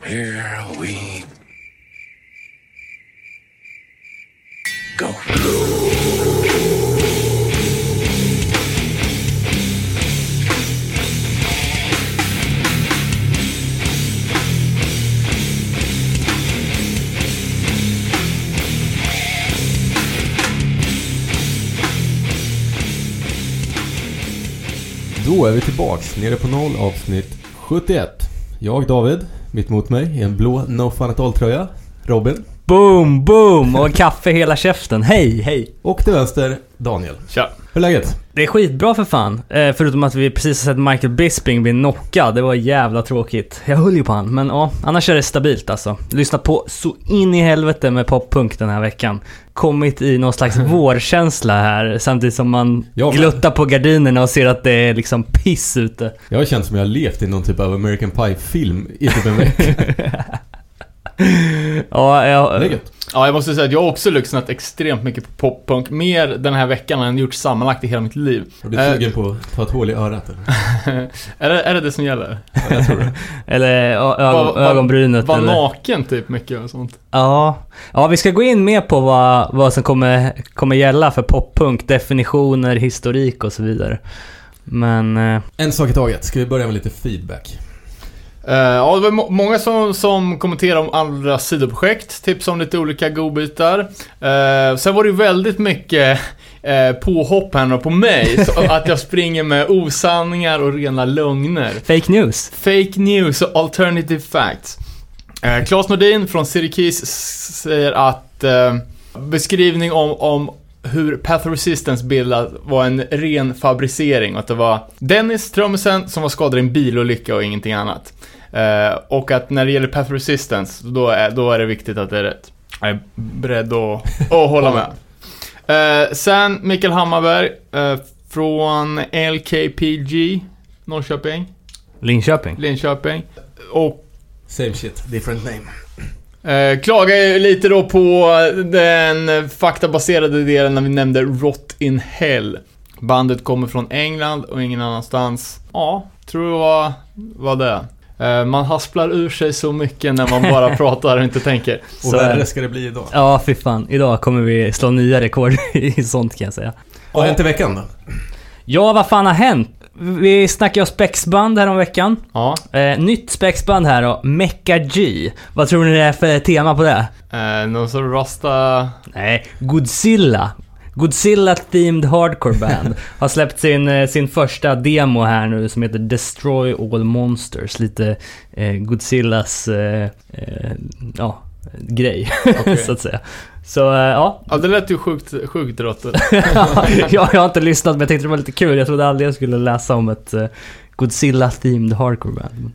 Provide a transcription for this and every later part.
Here we go. Då är vi tillbaks nere på 0 avsnitt 71. Jag, David, mitt mot mig i en blå No Fun At All-tröja. Robin. Boom, boom! Och kaffe hela käften. Hej, hej! Och till vänster, Daniel. Tja. Hur är läget? Det är skitbra för fan. Förutom att vi precis har sett Michael Bisping bli knockad. Det var jävla tråkigt. Jag höll ju på han. Men ja, annars är det stabilt alltså. Lyssna på så in i helvete med poppunk den här veckan. Kommit i någon slags vårkänsla här. Samtidigt som man gluttar på gardinerna och ser att det är liksom piss ute. Jag har känt som jag har levt i någon typ av American Pie-film i typ en vecka. Ja, jag måste säga att jag har också lyssnat extremt mycket på poppunk. Mer den här veckan än gjort sammanlagt i hela mitt liv. Har du sugen på att ta ett hål i örat eller? är det som gäller? Ja, jag tror det. Eller ögonbrynet. Var eller naken typ mycket och sånt. Ja, vi ska gå in mer på vad som kommer gälla för poppunk, definitioner, historik och så vidare. Men en sak i taget. Ska vi börja med lite feedback? Ja, det var många som kommenterade om andra sidoprojekt, tips om lite olika godbitar. Sen var det ju väldigt mycket påhopp här på mig, så att jag springer med osanningar och rena lögner. Fake news och alternative facts. Claes Nordin från City Keys säger att beskrivning om hur Path Resistance bildad var en ren fabricering, och att det var Dennis Trummisen som var skadad i en bilolycka och ingenting annat. Och att när det gäller Path Resistance då är det viktigt att det är rätt. Jag är beredd att hålla med. Sen Mikael Hammarberg från LKPG Linköping. Och same shit, different name. Klagar ju lite då på den faktabaserade delen när vi nämnde Rot in Hell. Bandet kommer från England och ingen annanstans. Ja, tror det var det. Man hasplar ur sig så mycket när man bara pratar och inte tänker. Och värre ska det bli idag. Ja, fy fan. Idag kommer vi slå nya rekord i sånt, kan jag säga. Vad har hänt i veckan då? Ja, vad fan har hänt? Vi snackade om spexband här om veckan. Ja. Nytt spexband här då, Mecha G. Vad tror ni det är för tema på det? Någon så rasta... Nej, Godzilla-themed hardcore band. Har släppt sin första demo här nu som heter Destroy All Monsters. Lite Godzillas grej, okay. Så att säga. Så ja, det lät ju sjukt rått. Jag har inte lyssnat, men jag tänkte det var lite kul. Jag trodde aldrig jag skulle läsa om ett Godzilla-themed hardcore band.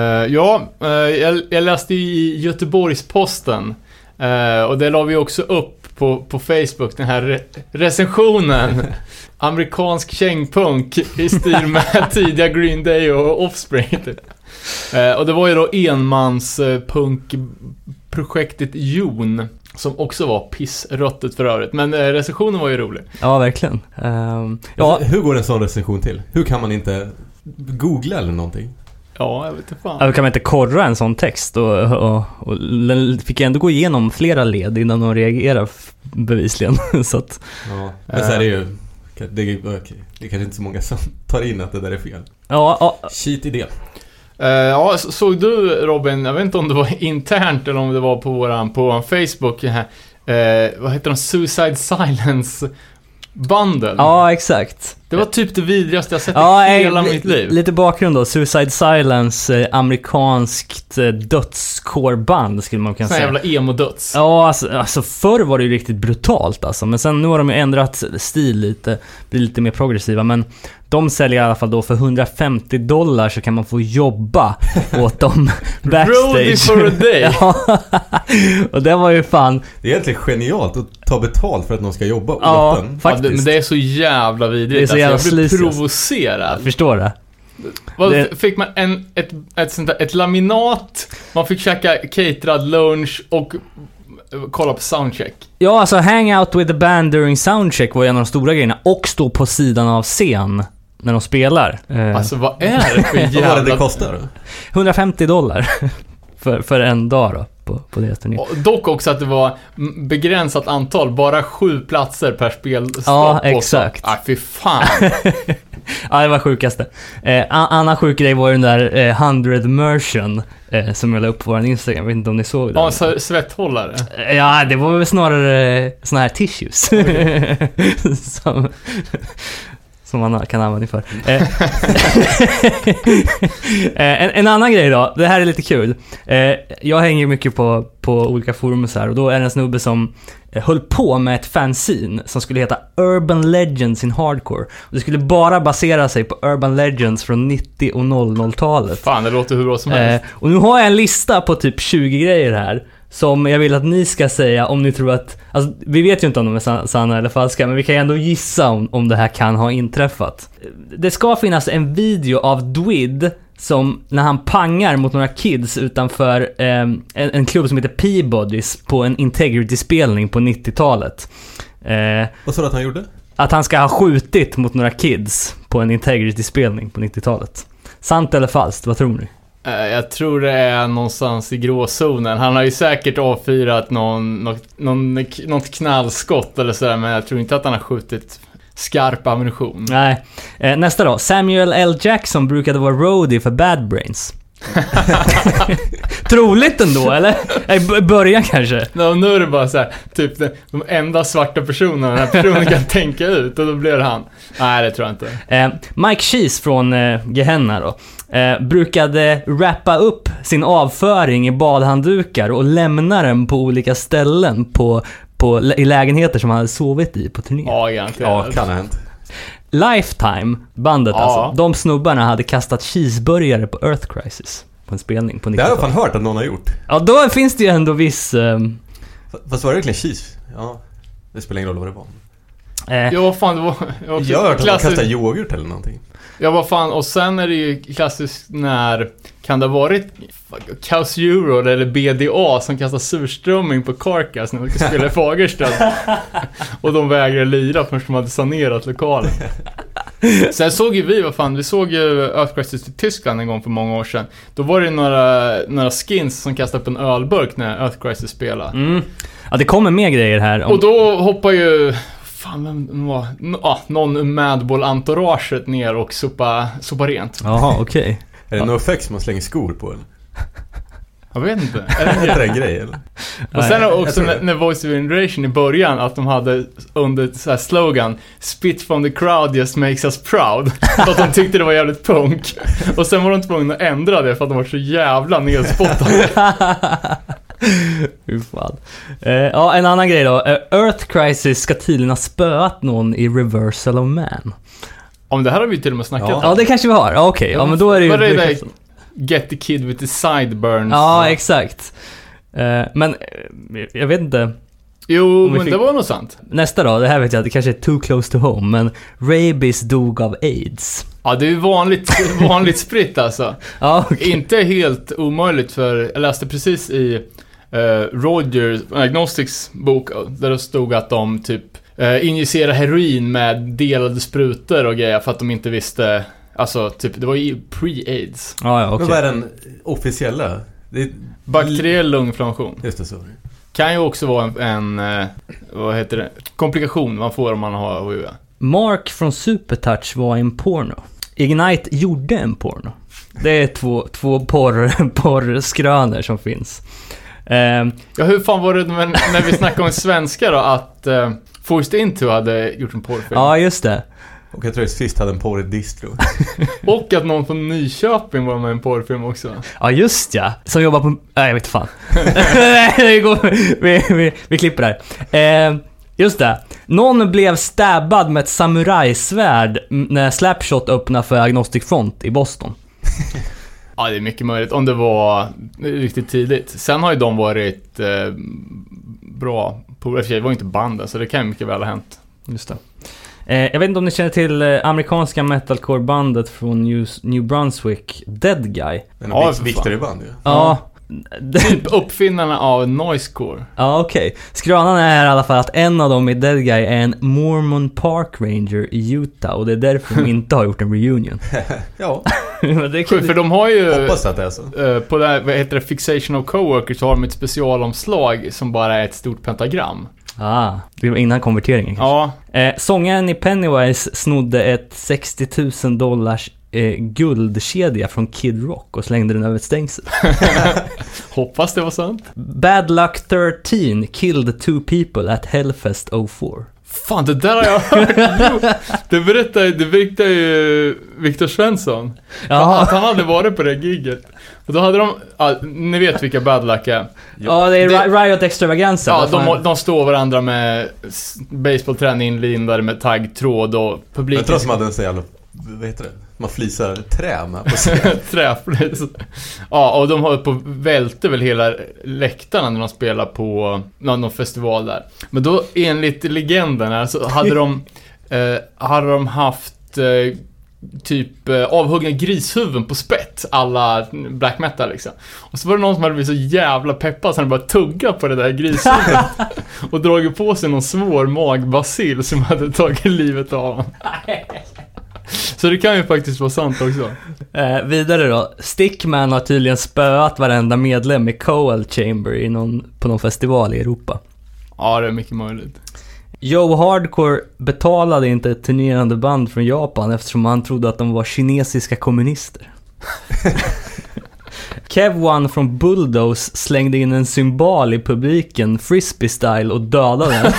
Jag läste i Göteborgs-Posten och det la vi också upp på Facebook, den här recensionen. Amerikansk kängpunk i stil med tidiga Green Day och Offspring. Och det var ju då enmanspunkprojektet Jon, som också var pissröttet för övrigt. Men recensionen var ju rolig. Ja, verkligen. Hur går en sån recension till? Hur kan man inte googla eller någonting? Ja, jag vet inte fan. Kan man inte korra en sån text? Och den fick ändå gå igenom flera led innan de reagerar bevisligen. Så att, ja, men så är det ju... Det är kanske inte så många som tar in att det där är fel. Ja. Shit idé. Ja, såg du, Robin, jag vet inte om det var internt eller om det var på Facebook här, vad heter de? Suicide Silence banden. Ja, exakt. Det var typ det vidrigaste jag sett i hela mitt liv. Lite bakgrund då. Suicide Silence, amerikanskt dödscore-band skulle man kunna säga. Jävla emo-döds. Ja, alltså förr var det ju riktigt brutalt alltså. Men sen nu har de ju ändrat stil lite, blir lite mer progressiva. Men de säljer i alla fall då för $150 så kan man få jobba åt dem backstage. Roadie for a day. Ja. Och det var ju fan... Det är egentligen genialt att ta betalt för att någon ska jobba åt den. Faktiskt. Ja, men det är så jävla vidrigt. Det är så jävla jag blir provocerad. Jag förstår det. Fick man ett laminat, man fick käka caterad lunch och kolla på soundcheck. Ja, alltså hang out with the band during soundcheck var en av de stora grejerna. Och stå på sidan av scen när de spelar. Alltså vad är det för jävla... Vad var det kostar? $150. för en dag då på deras turné. Och dock också att det var begränsat antal, bara 7 platser per spelstopp. Ja, exakt. Fy fan. Ja, det var sjukaste. Annan sjuk grej var ju den där 100 Mersion som jag la upp på vår Instagram. Jag vet inte om ni såg det. Ja, svetthållare. Ja, det var väl snarare såna här tissues. Okay. som man kan använda för. En annan grej då. Det här är lite kul. Jag hänger mycket på olika forum så här, och då är det en snubbe som höll på med ett fanzine som skulle heta Urban Legends in Hardcore. Och det skulle bara basera sig på Urban Legends från 90- och 00-talet. Fan, det låter hur bra som helst. Och nu har jag en lista på typ 20 grejer här som jag vill att ni ska säga om ni tror att... Alltså, vi vet ju inte om de är sanna eller falska, men vi kan ju ändå gissa om det här kan ha inträffat. Det ska finnas en video av Dwid som när han pangar mot några kids utanför en klubb som heter Peabodys på en Integrity-spelning på 90-talet. Vad sa du att han gjorde? Att han ska ha skjutit mot några kids på en Integrity-spelning på 90-talet. Sant eller falskt? Vad tror ni? Jag tror det är någonstans i gråzonen. Han har ju säkert avfyrat något knallskott eller sådär, men jag tror inte att han har skjutit skarp ammunition. Nej. Nästa då. Samuel L. Jackson brukade vara roadie för Bad Brains. Troligt ändå, eller? I början kanske. Nu är det bara så här, typ de enda svarta personerna den här personen kan tänka ut, och då blir det han. Nej, det tror jag inte. Mike Cheese från Gehenna då brukade wrappa upp sin avföring i badhanddukar och lämna den på olika ställen i lägenheter som han hade sovit i på turnén. Ja, egentligen. Ja, kan ha hänt. Lifetime, bandet Ja. alltså. De snubbarna hade kastat cheeseburgare på Earth Crisis på en spelning på 90-talet. Det har jag fan hört att någon har gjort. Ja, då finns det ju ändå viss... Fast var det verkligen cheese? Ja, det spelar ingen roll vad det var. Ja, fan, det var Jag har hört att man kastar yoghurt eller någonting. Ja, vad fan, och sen är det ju klassiskt när kan det ha varit Chaos Euro eller BDA som kastar surströmming på Carcass när de ska spela i Fagersta. Och de vägrar lira förrän de hade sanerat lokalen. Sen såg ju vi såg ju Earth Crisis i Tyskland en gång för många år sedan. Då var det några skins som kastade på en ölburk när Earth Crisis spelade. Ja, det kommer mer grejer här. Och då hoppar ju någon ur Madball-entouraget ner och sopa rent. Jaha, okej. Är det NoFX som man slänger skor på eller? Jag vet inte. Är det en grej eller? Och sen också när Voice of Generation i början att de hade under så här slogan Spit from the crowd just makes us proud. Så att de tyckte det var jävligt punk. Och sen var de tvungna att ändra det för att de var så jävla nedspottade. Hur fan. Ja, en annan grej då. Earth Crisis ska tydligen ha spöat någon i Reversal of Man. Om det här har vi till och med snackat om. Ja, det kanske vi har. Ja, okej. Ja, men då är det ju... Vad är det där? Get the kid with the sideburns. Ja, exakt. Men jag vet inte. Jo, men det var nog sant. Nästa då, det här vet jag, det kanske är too close to home, men Rabies dog av AIDS. Ja, det är ju vanligt spritt alltså. Ja, okay. Inte helt omöjligt, för jag läste precis i Rogers Agnostics bok där det stod att de typ injicerar heroin med delade sprutor och grejer för att de inte visste, alltså typ det var ju pre-AIDS. Ja, okay. Men vad är den officiella? Det är... Bakteriell lunginflammation. Just det, så. Kan ju också vara en vad heter det? Komplikation man får om man har HIV. Mark från Supertouch var en porno. Ignite gjorde en porno. Det är två porrskrönor som finns. Ja, hur fan var det när vi snackade om svenska då, att Forced Into hade gjort en porrfilm? Ja, just det. Och jag tror att sist hade en porrig distro. Och att någon från Nyköping var med i en porrfilm också. Ja, just ja. Som jobbar på... Nej, jag vet fan. vi klipper där. Just det. Någon blev stabbad med ett samurajsvärd när Slapshot öppnade för Agnostic Front i Boston. Ja, det är mycket möjligt. Om det var riktigt tidigt. Sen har ju de varit bra på... Det var inte banden, så det kan ju mycket väl ha hänt. Just det. Jag vet inte om ni känner till amerikanska metalcore-bandet från New Brunswick, Dead Guy. Ja, Victory-band ju. Ja. Typ uppfinnarna av noisecore. Ja, okej. Skranan är i alla fall att en av dem i Dead Guy är en Mormon Park Ranger i Utah, och det är därför de inte har gjort en reunion. Ja. Det kan... För de har ju... Hoppas att det är så. På det här, vad heter det, Fixation of Coworkers, så har de ett specialomslag som bara är ett stort pentagram. Det var innan konverteringen kanske. Ja. Sångaren i Pennywise snodde ett $60,000 guldkedja från Kid Rock och slängde den över ett stängsel. Hoppas det var sant. Bad Luck 13 killed 2 people at Hellfest 04. Fan, det där har jag hört. Jo, det berättade ju Viktor Svensson. Att han hade varit på det gigget. Och då hade de, ni vet vilka Bad Luck är. Ja, det är Riot Extravaganza. Ja, de står varandra med baseballträn inlindade med taggtråd och publiken. Jag tror som hade en så jävla, vad heter det? Man flisar trä med på sig. Träflis. Ja, och de har på välte väl hela läktarna när de spelar på någon festival där. Men då enligt legenden här så hade de haft typ avhuggna grishuvuden på spett, alla black metal liksom. Och så var det någon som hade blivit så jävla peppad så han bara tugga på det där grishuvudet och dragit på sig någon svår magbacill som hade tagit livet av honom. Så det kan ju faktiskt vara sant också. Vidare då. Stickman har tydligen spöat varenda medlem i Coal Chamber på någon festival i Europa. Ja, det är mycket möjligt. Joe Hardcore betalade inte ett turnerande band från Japan eftersom han trodde att de var kinesiska kommunister. Kev One från Bulldoze slängde in en symbol i publiken, frisbee-style, och dödade den.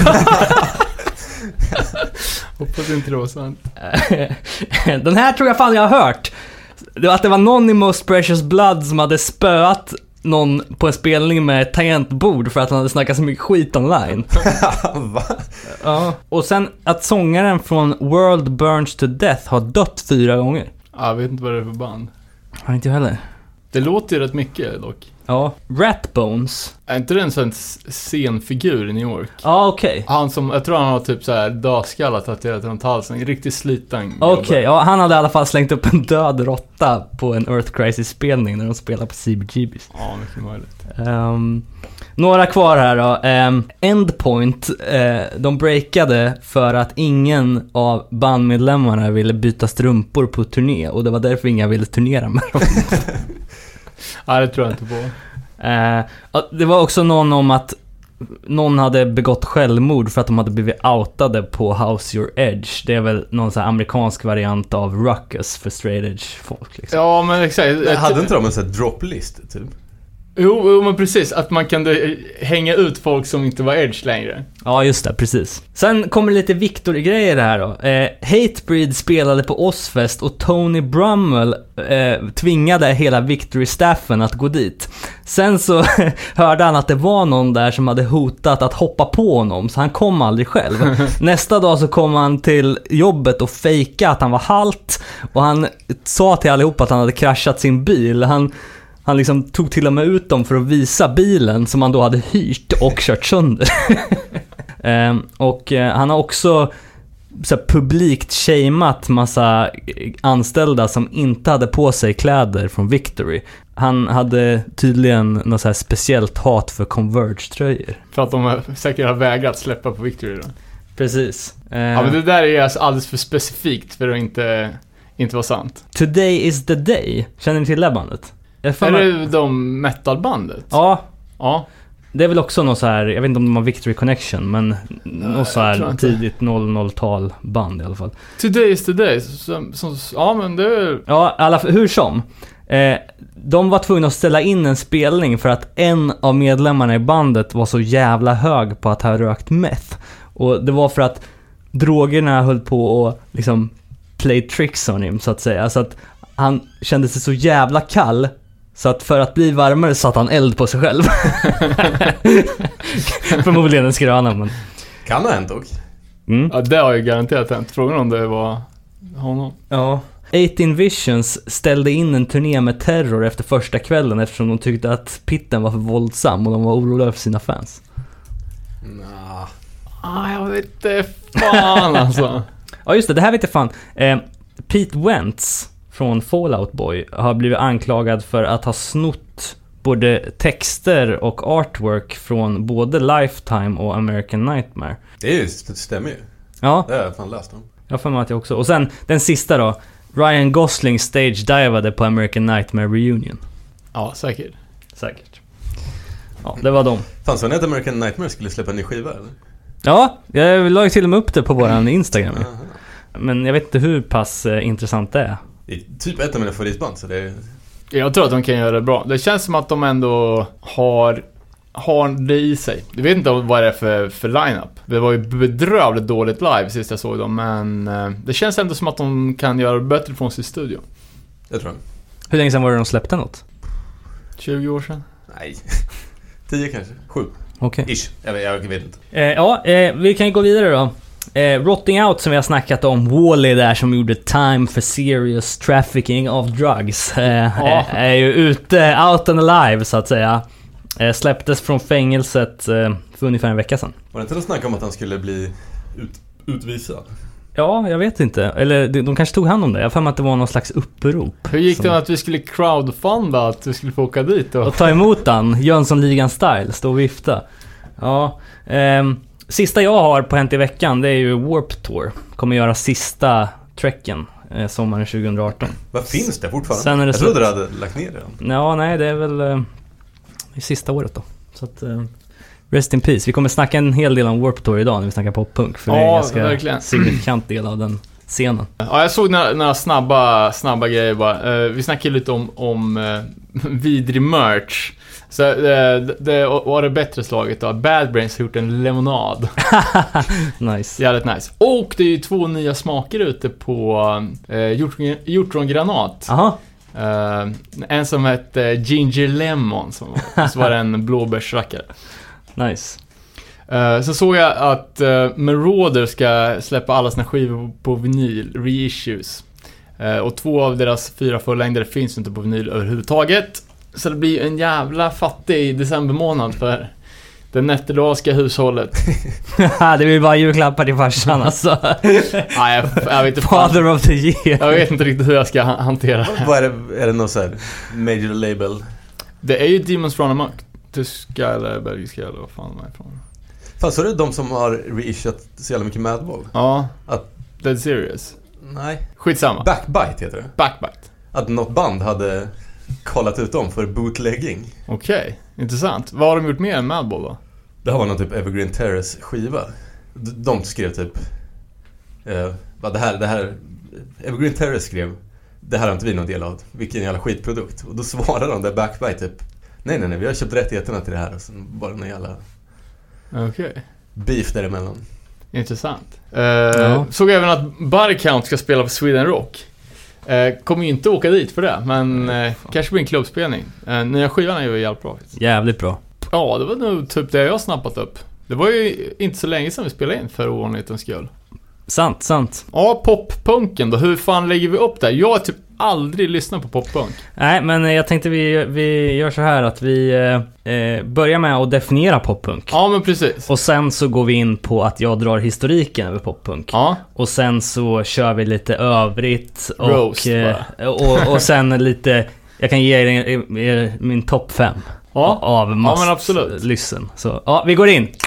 Hoppas inte det var sant. Den här tror jag fan jag har hört. Att det var någon i Most Precious Blood som hade spöat någon på en spelning med ett tangentbord för att han hade snackat så mycket skit online. Va? Ja. Och sen att sångaren från World Burns to Death har dött 4 gånger. Jag vet inte vad det är för band. Har inte jag heller. Det låter ju rätt mycket dock. Ja, Ratbones. Är inte det en sån scenfigur i New York? Ja, okej. Han som, jag tror han har typ så här dödskallat tatuerat runt halsen, en riktigt sliten. Okej, ja, han hade i alla fall slängt upp en död råtta på en Earth Crisis-spelning när de spelar på CBGBs. Ja, mycket möjligt. Några kvar här då. Endpoint, de breakade för att ingen av bandmedlemmarna ville byta strumpor på turné, och det var därför ingen ville turnera med dem. Ja, det tror jag inte på. Det var också någon om att någon hade begått självmord för att de hade blivit outade på House Your Edge. Det är väl någon sån här amerikansk variant av Ruckus för straight edge folk liksom. Ja, men exakt. Hade inte de en sån här drop-list typ? Jo, men precis. Att man kan hänga ut folk som inte var edge längre. Ja, just det, precis. Sen kommer lite Victor-grejer här då. Hatebreed spelade på Ozfest och Tony Brummel tvingade hela Victory-staffen att gå dit. Sen så hörde han att det var någon där som hade hotat att hoppa på honom, så han kom aldrig själv. Nästa dag så kom han till jobbet och fejkade att han var halt, och han sa till allihopa att han hade kraschat sin bil. Han liksom tog till och med ut dem för att visa bilen som han då hade hyrt och kört sönder. Han har också så här publikt shameat massa anställda som inte hade på sig kläder från Victory. Han hade tydligen något så här speciellt hat för Converge-tröjor. För att de säkert har vägrat släppa på Victory då. Precis. Ja, men det där är alltså alldeles för specifikt för att inte vara sant. Today is the day. Känner ni till det bandet? Är det de metalbandet? Ja. Ja. Det är väl också något så här, jag vet inte om de har Victory Connection, men något så här tidigt 00-tal band i alla fall. Today is the day. Ja, men det är... Ja, hur som. De var tvungna att ställa in en spelning för att en av medlemmarna i bandet var så jävla hög på att ha rökt meth. Och det var för att drogerna höll på att liksom play tricks on him, så att säga. Så att han kände sig så jävla kall, så att för att bli varmare satte han eld på sig själv. Förmodligen en skröna, men... Kan det hänt dock? Mm. Ja, det har ju garanterat hänt. Frågan om det var honom. Ja. 18 Visions ställde in en turné med Terror efter första kvällen eftersom de tyckte att pitten var för våldsam och de var oroliga för sina fans. Jag vet inte fan alltså. Ja, just det här vet jag fan. Pete Wentz från Fall Out Boy har blivit anklagad för att ha snott både texter och artwork från både Lifetime och American Nightmare. Det stämmer ju. Ja. Det har jag fan läst om. Jag får med att jag också. Och sen den sista då. Ryan Gosling stage-divade på American Nightmare Reunion. Ja, säkert. Ja, det var dem. Fanns det att American Nightmare skulle släppa en ny skiva eller? Ja, jag la ju till och med upp det på våran Instagram. Men jag vet inte hur pass intressant det är. Det är typ ett av mina favoritband, så det är... Jag tror att de kan göra det bra. Det känns som att de ändå har det i sig. Jag vet inte vad det är för line-up. Det var ju bedrövligt dåligt live sist jag såg dem, men det känns ändå som att de kan göra bättre från sin studio. Jag tror. Hur länge sedan var det de släppte något? 20 år sedan? Nej. 10 kanske. 7. Okej. Ish. Jag vet inte. Vi kan ju gå vidare då. Rotting Out som vi har snackat om, Wall-E där som gjorde Time for Serious Trafficking of Drugs är ju ute, out and alive så att säga. Släpptes från fängelset för ungefär en vecka sedan. Var det inte något snack om att han skulle bli utvisad? Ja, jag vet inte. Eller de kanske tog hand om det. Jag får mig att det var någon slags upprop. Hur gick det att vi skulle crowdfunda att vi skulle få åka dit då? Och ta emot han, Jönssonligan-style, stå och vifta. Ja, sista jag har på Hänt i veckan, det är ju Warped Tour. Kommer göra sista trekken sommaren 2018. Vad finns det fortfarande? Sen är det jag trodde du hade lagt ner det. Ja, nej, det är väl i sista året då. Så att rest in peace. Vi kommer snacka en hel del om Warped Tour idag när vi snackar poppunk. För det är en ganska signifikant del av den scenen. Ja, jag såg några snabba grejer bara. Vi snackade lite om vidrig merch. Så det var det bättre slaget då. Bad Brains har gjort en lemonad. Nice. Jävligt nice. Och det är ju 2 nya smaker ute på hjortrongranat. Aha. En som hette Ginger Lemon, så var det en blåbärsrackare. Nice. Så såg jag att Marauder ska släppa alla sina skivor på vinyl, reissues. Och 2 av deras 4 fullängder finns inte på vinyl överhuvudtaget. Så det blir en jävla fattig decembermånad för det nätterdalska hushållet. Det blir bara julklappar till farsan alltså. Nej, jag vet inte. Father of the year. Jag vet inte riktigt hur jag ska hantera det. Vad är det någon så här major label? Det är ju Demons Run Amok. Tyska eller belgiska eller vad fan är ifrån. Fan, så är det de som har reissuat så jävla mycket Madball? Ja, Dead Serious. Nej. Skitsamma. Backbite heter det. Backbite. Att något band hade kollat ut dem för bootlegging. Okej, intressant. Vad har de gjort mer än Madball då? Det har någon typ Evergreen Terrace skiva. De skrev typ det här Evergreen Terrace skrev, det här har inte vi någon del av. Vilken jävla skitprodukt. Och då svarade de där Backbite typ, nej, vi har köpt rättigheterna till det här. Och sen bara någon jävla beef däremellan. Intressant. Såg även att Body Count ska spela på Sweden Rock. Kommer ju inte åka dit för det, men kanske blir en klubbspelning. Nya skivan är ju jävligt bra. Jävligt bra. Ja, det var nog typ det jag snappat upp. Det var ju inte så länge sedan vi spelade in för ovanlighetens skull. Sant. Ja, poppunken då. Hur fan lägger vi upp det? Jag har typ aldrig lyssnat på poppunk. Nej, men jag tänkte vi gör så här att vi börjar med att definiera poppunk. Ja, men precis. Och sen så går vi in på att jag drar historiken över poppunk. Ja. Och sen så kör vi lite övrigt Roast, och sen lite, jag kan ge er min topp 5 av must-lyssn. Så ja, vi går in.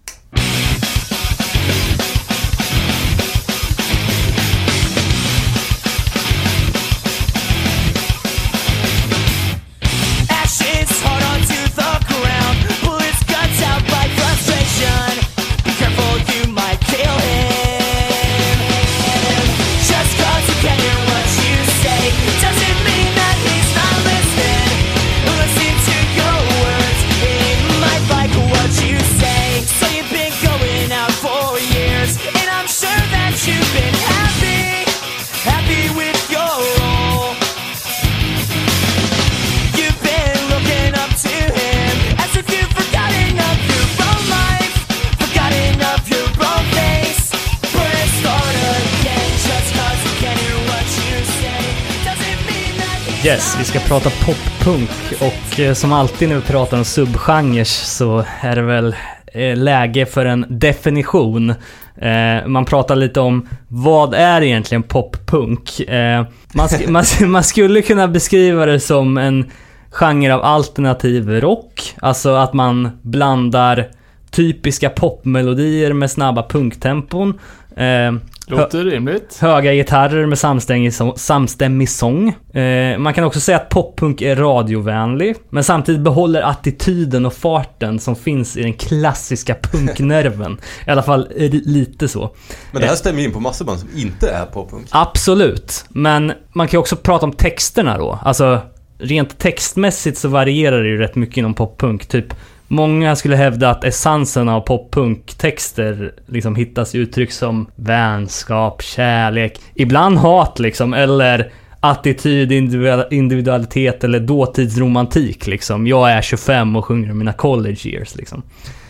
Yes, vi ska prata poppunk och som alltid när vi pratar om subgenres så är det väl läge för en definition. Man pratar lite om vad är egentligen poppunk. Man skulle kunna beskriva det som en genre av alternativ rock. Alltså att man blandar typiska popmelodier med snabba punktempon Låter rimligt. Höga gitarrer med samstämmig sång. Man kan också säga att poppunk är radiovänlig, men samtidigt behåller attityden och farten som finns i den klassiska punknerven. I alla fall lite så. Men det här stämmer in på massor band som inte är poppunk. Absolut, men man kan ju också prata om texterna då. Alltså rent textmässigt så varierar det ju rätt mycket inom poppunk. Typ många skulle hävda att essensen av poppunk-texter liksom hittas i uttryck som vänskap, kärlek, ibland hat liksom, eller attityd, individualitet eller dåtidsromantik liksom. Jag är 25 och sjunger om mina college years liksom.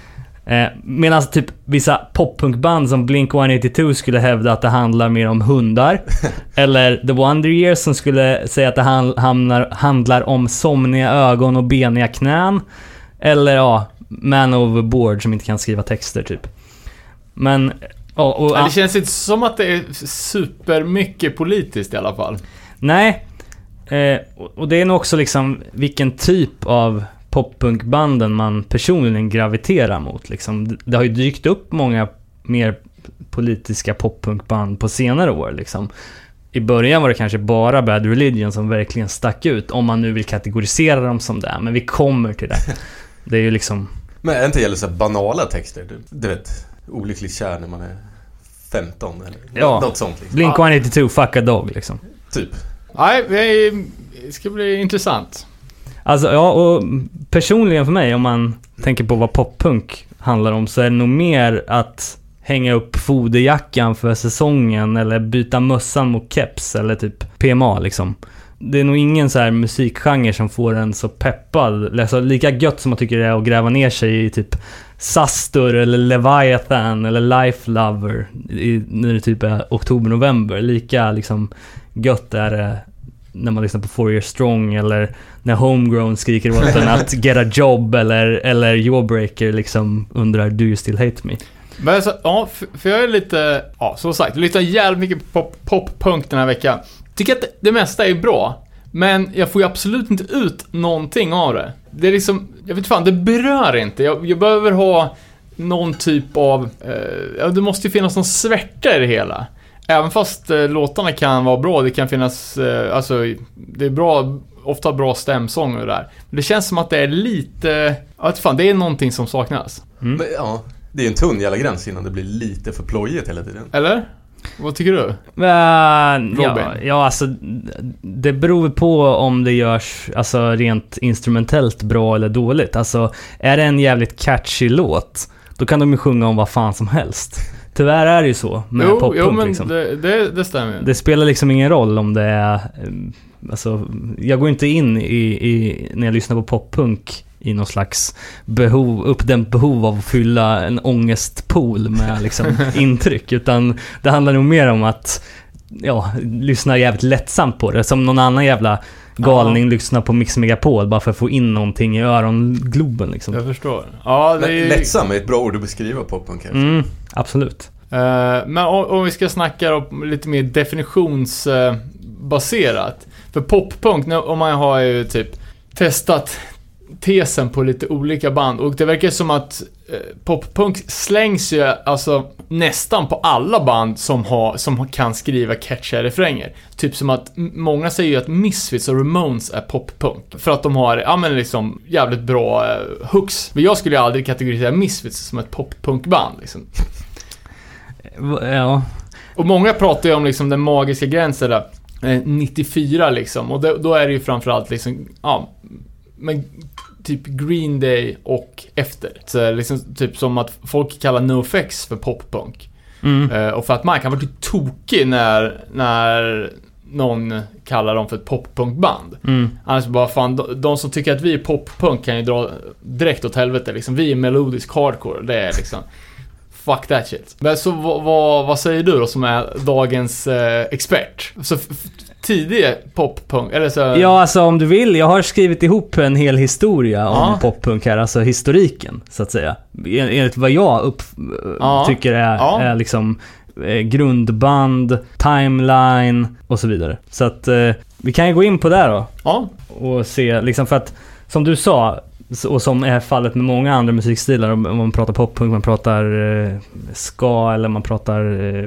Medan typ vissa poppunkband som Blink-182 skulle hävda att det handlar mer om hundar eller The Wonder Years som skulle säga att det handlar om somniga ögon och beniga knän. Eller ja, Man Overboard som inte kan skriva texter typ. Men det känns inte som att det är supermycket politiskt i alla fall. Nej. Och det är nog också liksom vilken typ av poppunkbanden man personligen graviterar mot liksom. Det har ju dykt upp många mer politiska poppunkband på senare år liksom. I början var det kanske bara Bad Religion som verkligen stack ut, om man nu vill kategorisera dem som det. Men vi kommer till det. Det är ju liksom... Men är inte gäller så banala texter? Du vet, olycklig kär när man är 15 eller något sånt liksom. Blink-182, fuck a dog liksom. Typ. Nej, det ska bli intressant. Alltså ja, och personligen för mig, om man tänker på vad poppunk handlar om, så är det nog mer att hänga upp foderjackan för säsongen eller byta mössan mot keps eller typ PMA liksom. Det är nog ingen så här musikgenre som får en så peppad, alltså lika gött som man tycker det är att gräva ner sig i typ Sastur eller Leviathan eller Life Lover när det typ är oktober-november. Lika liksom gött är det när man lyssnar på 4 Year Strong eller när Homegrown skriker åt en att get a job eller Jawbreaker liksom undrar do you still hate me. Men alltså, ja, för jag är lite, ja, som sagt, jag lyssnar jävligt mycket på pop-punk den här veckan. Tycker att det mesta är bra, men jag får ju absolut inte ut någonting av det. Det är liksom, jag vet fan, det berör inte. Jag behöver ha någon typ av, det måste ju finnas någon svärta i det hela. Även fast låtarna kan vara bra, det kan finnas, alltså, det är bra, ofta bra stämsång och där. Men det känns som att det är lite, jag vet fan, det är någonting som saknas. Mm. Men, ja, det är en tunn jävla gräns innan det blir lite för plojigt hela tiden. Eller? Vad tycker du? Ja, alltså det beror på om det görs alltså rent instrumentellt bra eller dåligt. Alltså är det en jävligt catchy låt, då kan de ju sjunga om vad fan som helst. Tyvärr är det ju så med poppunk. Jo, men liksom. det stämmer. Det spelar liksom ingen roll om det är, alltså jag går inte in i när jag lyssnar på poppunk i någon slags uppdämt behov av att fylla en ångestpool med liksom intryck, utan det handlar nog mer om att lyssna jävligt lättsamt på det, som någon annan jävla galning lyssnar på Mix Megapol bara för att få in någonting i örongloben liksom. Jag förstår. Ja, det är... Lättsam är ett bra ord att beskriva poppunk kanske. Absolut. Men om vi ska snacka om lite mer definitionsbaserat. För poppunk, om man har ju typ testat tesen på lite olika band, och det verkar som att poppunk slängs ju alltså nästan på alla band som kan skriva catchiga refränger. Typ som att många säger ju att Misfits och Ramones är poppunk för att de har liksom jävligt bra hooks. Men jag skulle ju aldrig kategorisera Misfits som ett poppunkband liksom. Ja. Och många pratar ju om liksom den magiska gränsen där 94 liksom, och då är det ju framförallt liksom men typ Green Day och efter. Så liksom typ som att folk kallar NoFX för poppunk. Och för att man kan vara typ tokig när någon kallar dem för ett poppunkband. Annars bara fan, de som tycker att vi är poppunk kan ju dra direkt åt helvete liksom. Vi är melodisk hardcore, det är liksom fuck that shit. Men så vad säger du då som är dagens expert? Så tidig poppunk eller så... Ja, alltså om du vill, jag har skrivit ihop en hel historia om poppunk här, alltså historiken så att säga. Enligt vad jag tycker är liksom grundband, timeline och så vidare. Så att vi kan ju gå in på det då. Ja. Och se liksom, för att som du sa, Och som är fallet med många andra musikstilar, om man pratar poppunk, man pratar ska, eller man pratar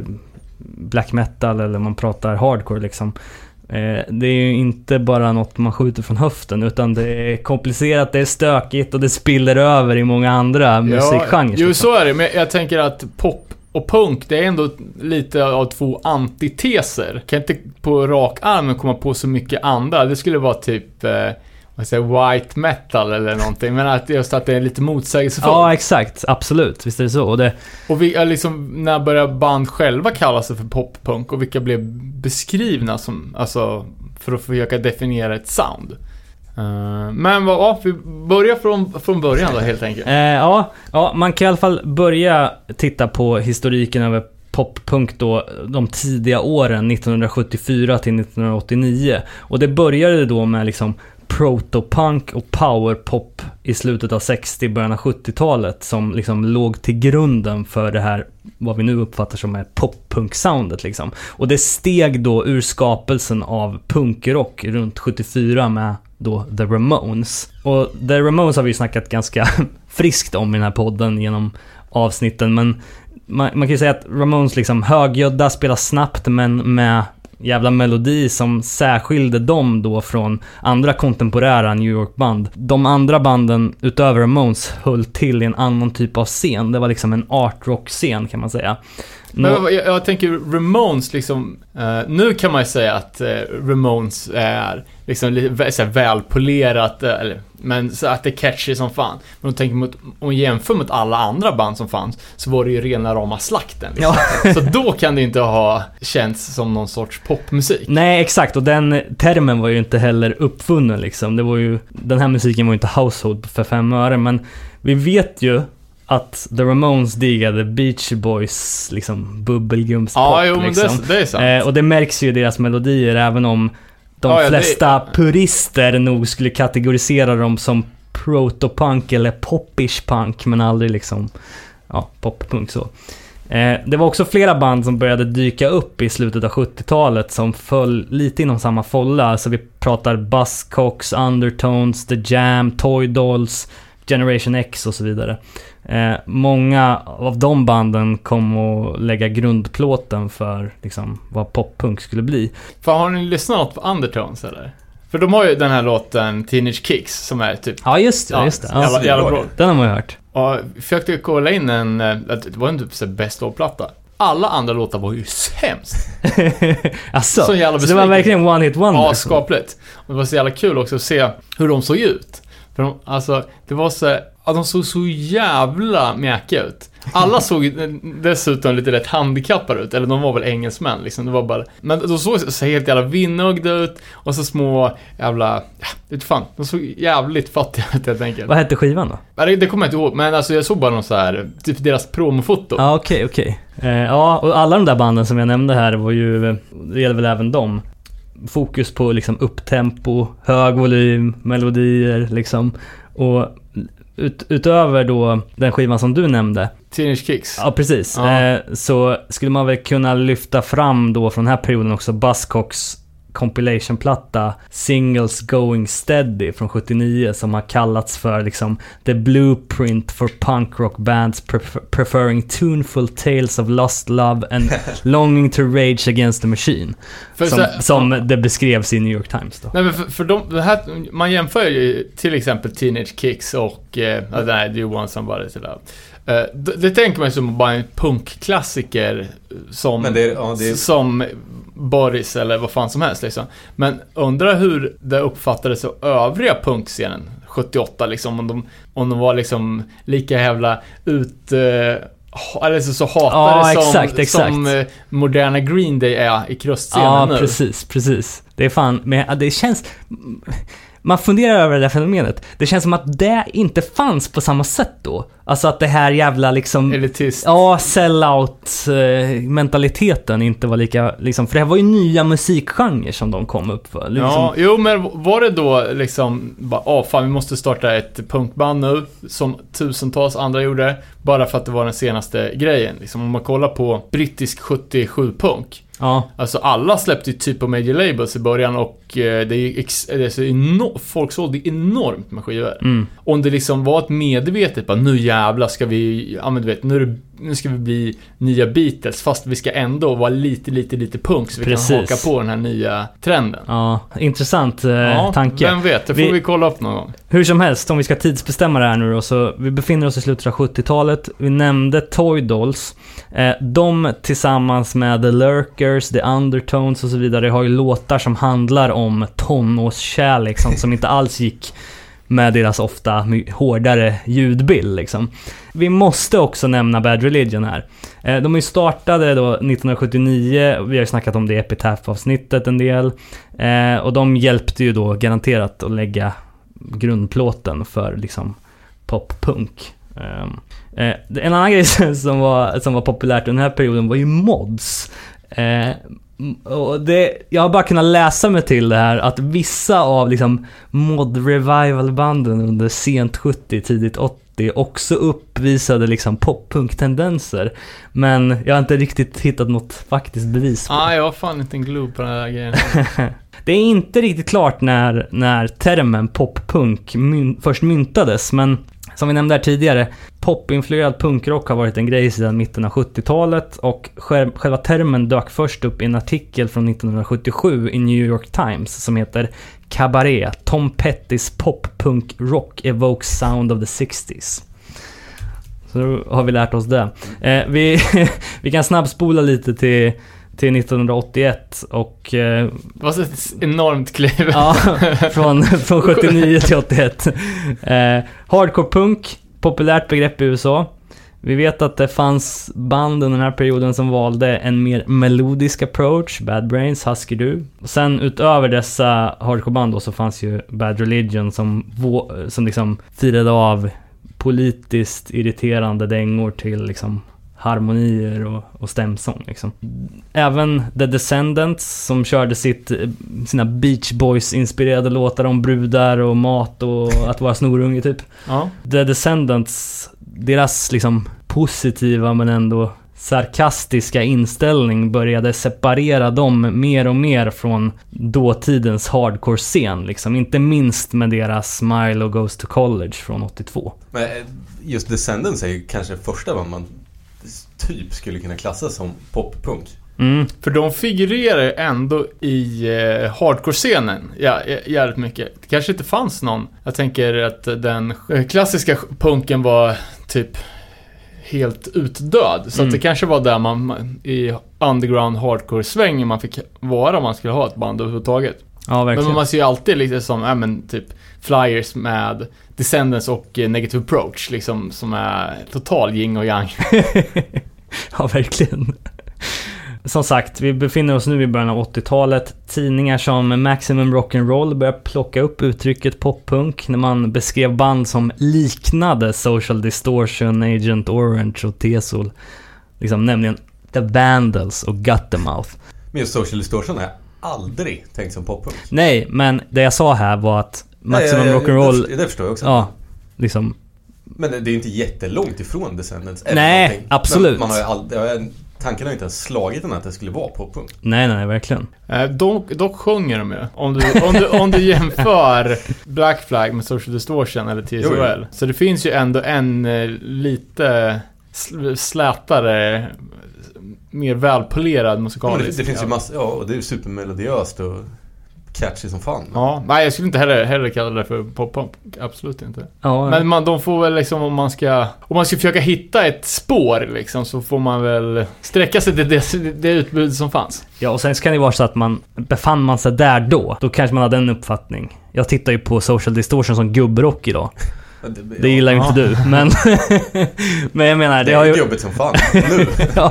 black metal, eller man pratar hardcore liksom. Det är ju inte bara något man skjuter från höften, utan det är komplicerat, det är stökigt och det spiller över i många andra musikgenrer. Jo, så är det, men jag tänker att pop och punk, det är ändå lite av två antiteser. Kan inte på rak arm komma på så mycket andra. Det skulle vara typ white metal eller någonting, men att just att det är lite motsägelsefullt. Ja, exakt, absolut, visst är det så. Och vi, liksom, när börjar band själva kalla sig för poppunk, och vilka blev beskrivna som, alltså, för att försöka definiera ett sound. Men vi börjar från början då, helt enkelt. Ja, man kan i alla fall börja titta på historiken över poppunk då, de tidiga åren 1974 till 1989. Och det började då med liksom protopunk och powerpop i slutet av 60, början av 70-talet, som liksom låg till grunden för det här, vad vi nu uppfattar som är poppunk-soundet liksom. Och det steg då ur skapelsen av punkrock runt 74 med då The Ramones. Och The Ramones har vi ju snackat ganska friskt om i den här podden genom avsnitten, men man kan ju säga att Ramones liksom högljudda, spelar snabbt men med jävla melodi som särskilde dem då från andra kontemporära New York-band. De andra banden utöver Ramones höll till i en annan typ av scen. Det var liksom en art-rock-scen, kan man säga. Men jag tänker Ramones liksom, nu kan man ju säga att Ramones är liksom lite så här välpolerat, men så att det är catchy som fan. Men om jämför mot alla andra band som fanns, så var det ju rena rama slakten liksom. Ja. Så då kan det inte ha känts som någon sorts popmusik. Nej, exakt, och den termen var ju inte heller uppfunnen liksom. Det var ju, den här musiken var ju inte household för 5 öre, men vi vet ju att The Ramones digade Beach Boys liksom bubbelgumspop. Ja, jo, men liksom. det är sant. Och det märks ju i deras melodier, även om de flesta purister nog skulle kategorisera dem som protopunk eller popish punk, men aldrig liksom poppunk så. Det var också flera band som började dyka upp i slutet av 70-talet som föll lite inom samma folla. Alltså vi pratar Buzzcocks, Undertones, The Jam, Toy Dolls, Generation X och så vidare. Många av de banden kom att lägga grundplåten för liksom, vad poppunk skulle bli. För har ni lyssnat på Undertones eller? För de har ju den här låten Teenage Kicks som är typ... Ja, just det. Jävla bra. Den har man ju hört. Och jag försökte kolla in det var en typ så best of-platta. Alla andra låtar var ju sämst. Alltså, så det var verkligen one hit wonder. Ja, skapligt. Och det var så jävla kul också att se hur de såg ut. För det var så att de såg så jävla mjäkiga ut. Alla såg dessutom lite rätt handikappade ut. Eller de var väl engelsmän liksom. Det var bara... Men de såg så helt jävla vinnögda ut. Och så små jävla... de såg jävligt fattiga ut helt enkelt. Vad hette skivan då? Det kommer jag inte ihåg. Men alltså jag såg bara någon så här... Typ deras promofoto. Ja, okej. Ja, och alla de där banden som jag nämnde här var ju... Det gäller väl även dem. Fokus på liksom upptempo, hög volym, melodier liksom. Och utöver då den skivan som du nämnde, Teenage Kicks. Ja, precis. Ja. Så skulle man väl kunna lyfta fram då från den här perioden också Buzzcocks compilation-platta Singles Going Steady från 79, som har kallats för liksom the blueprint for punk rock bands preferring tuneful tales of lost love and longing to rage against the machine. Som det beskrevs i New York Times då. Nej, men för det här, man jämför ju till exempel Teenage Kicks och nej, Do You Want Somebody to Love. Det tänker man som bara en punkklassiker som, som Boris eller vad fan som helst liksom. Men undrar hur det uppfattades av övriga punkscenen 78 liksom, om de var liksom lika jävla eller så hatade som moderna Green Day är i krustscenen nu. Ja, precis. Det är fan, men det känns... Man funderar över det där fenomenet. Det känns som att det inte fanns på samma sätt då. Alltså att det här jävla liksom... elitist. Ja, sell-out-mentaliteten inte var lika... Liksom, för det här var ju nya musikgenrer som de kom upp för. Liksom. Ja, jo, men var det då liksom... fan, vi måste starta ett punkband nu. Som tusentals andra gjorde. Bara för att det var den senaste grejen. Liksom, om man kollar på brittisk 77-punk. Ja. Alltså alla släppte ju typ av major labels i början och folk sålde enormt med skivor. Om det liksom var ett medvetet bara, nu jävla ska vi, ja men du vet, nu ska vi bli nya Beatles, fast vi ska ändå vara lite punk, så vi kan haka på den här nya trenden. Ja, intressant tanke. Vem vet, det får vi kolla upp någon gång. Hur som helst, om vi ska tidsbestämma det här nu då, så vi befinner oss i slutet av 70-talet. Vi nämnde Toy Dolls. De tillsammans med The Lurkers, The Undertones och så vidare har ju låtar som handlar om tonårskärlek, sånt som inte alls gick med deras ofta hårdare ljudbild liksom. Vi måste också nämna Bad Religion här. De är ju startade då 1979, vi har ju snackat om det i Epitaph-avsnittet en del, och de hjälpte ju då garanterat att lägga grundplåten för liksom pop-punk. En annan grej som var populärt den här perioden var ju mods. Och jag har bara kunnat läsa mig till det här, att vissa av liksom mod-revival-banden under sent 70, tidigt 80 också uppvisade liksom pop-punk-tendenser. Men jag har inte riktigt hittat något faktiskt bevis på. Jag har fan inte en glue på den här grejen. Det är inte riktigt klart när termen pop-punk först myntades, men som vi nämnde här tidigare, pop-influerad punkrock har varit en grej sedan mitten av 70-talet, och själva termen dök först upp i en artikel från 1977 i New York Times som heter Cabaret, Tom Petty's pop-punk rock evokes sound of the 60s. Så då har vi lärt oss det. Vi kan snabbspola lite till 1981 och det var så ett enormt kliv. Ja, från 79 till 81. Hardcore punk, populärt begrepp i USA. Vi vet att det fanns band under den här perioden som valde en mer melodisk approach, Bad Brains, Husker Du. Sen utöver dessa hardcore-band då, så fanns ju Bad Religion som liksom firade av politiskt irriterande dängor till liksom harmonier och stämsång liksom. Även The Descendants som körde sina Beach Boys-inspirerade låtar om brudar och mat och att vara snorunge typ. Ja. The Descendants, deras liksom positiva men ändå sarkastiska inställning började separera dem mer och mer från dåtidens hardcore-scen liksom. Inte minst med deras Milo Goes to College från 82. Men just Descendants är ju kanske första vad man typ skulle kunna klassa som pop-punk. För de figurerar ändå i hardcore-scenen jävligt mycket. Det kanske inte fanns någon. Jag tänker att den klassiska punken var typ helt utdöd. Så att det kanske var där man i underground hardcore-svängen man fick vara om man skulle ha ett band överhuvudtaget. Ja, verkligen. Men man ser ju alltid liksom som typ flyers med Descendants och Negative Approach liksom, som är total yin och yang. Ja, verkligen. Som sagt, vi befinner oss nu i början av 80-talet. Tidningar som Maximum Rock'n'Roll börjar plocka upp uttrycket poppunk när man beskrev band som liknade Social Distortion, Agent Orange och T-Sol. Liksom, nämligen The Vandals och Guttermouth. Men just Social Distortion är aldrig tänkt som poppunk. Nej, men det jag sa här var att Maximum Rock'n'Roll... Det förstår jag också. Ja, liksom... Men det är ju inte jättelångt ifrån Descendants. Nej, absolut. Men man har ju aldrig... Tanken har inte ens slagit den att det skulle vara poppunk. Nej, verkligen. Dock sjunger de ju. Om du jämför Black Flag med Social Distortion eller TSOL. Så det finns ju ändå en lite slätare, mer välpolerad musikalisk. Det finns ju massor, och det är ju supermelodiöst och catchy som fan. Ja, nej, jag skulle inte heller kalla det för pop-punk. Absolut inte. Ja, men de får väl liksom, om man ska försöka hitta ett spår liksom, så får man väl sträcka sig till det utbud som fanns. Ja, och sen så kan det vara så att befann man sig där då kanske man hade en uppfattning. Jag tittar ju på Social Distortion som gubbrock idag. Det gillar ju inte du, men men jag menar, det har ju jobbigt som fan nu.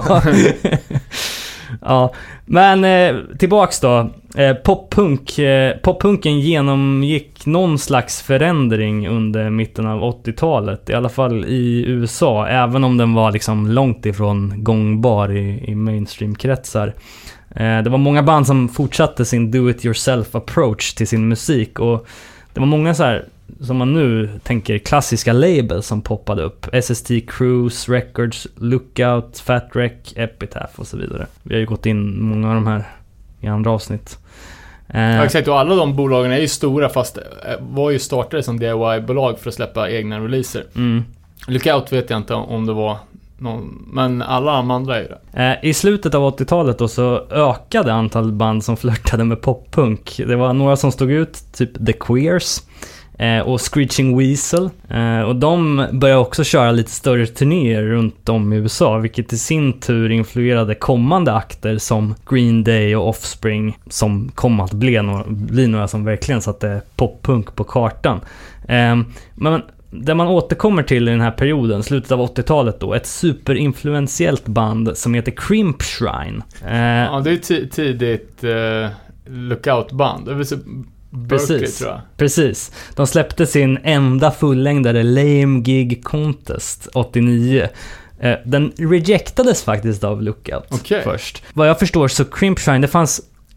Ja, men tillbaks då. Poppunken genomgick någon slags förändring under mitten av 80-talet, i alla fall i USA, även om den var liksom långt ifrån gångbar i mainstream-kretsar. Det var många band som fortsatte sin do-it-yourself approach till sin musik, och det var många så här, som man nu tänker, klassiska labels som poppade upp. SST Cruise Records, Lookout, Fat Wreck, Epitaph och så vidare. Vi har ju gått in många av de här i andra avsnitt. Ja, exakt, och alla de bolagen är ju stora fast var ju startade som DIY-bolag för att släppa egna releaser. Lookout vet jag inte om det var någon, men alla andra är ju det. I slutet av 80-talet då så ökade antalet band som flörtade med poppunk. Det var några som stod ut, typ The Queers och Screeching Weasel. Och de började också köra lite större turnéer runt om i USA, vilket i sin tur influerade kommande akter som Green Day och Offspring, som kom att bli några som verkligen satte poppunk på kartan. Men där man återkommer till i den här perioden, slutet av 80-talet då, ett superinfluentiellt band som heter Crimpshrine. Ja, det är tidigt Lookout-band. Det var så Berkeley, tror jag. Precis. De släppte sin enda fullängdare Lame Gig Contest 89. Den rejectades faktiskt av Lookout först. Vad jag förstår så Crimpshrine, det fanns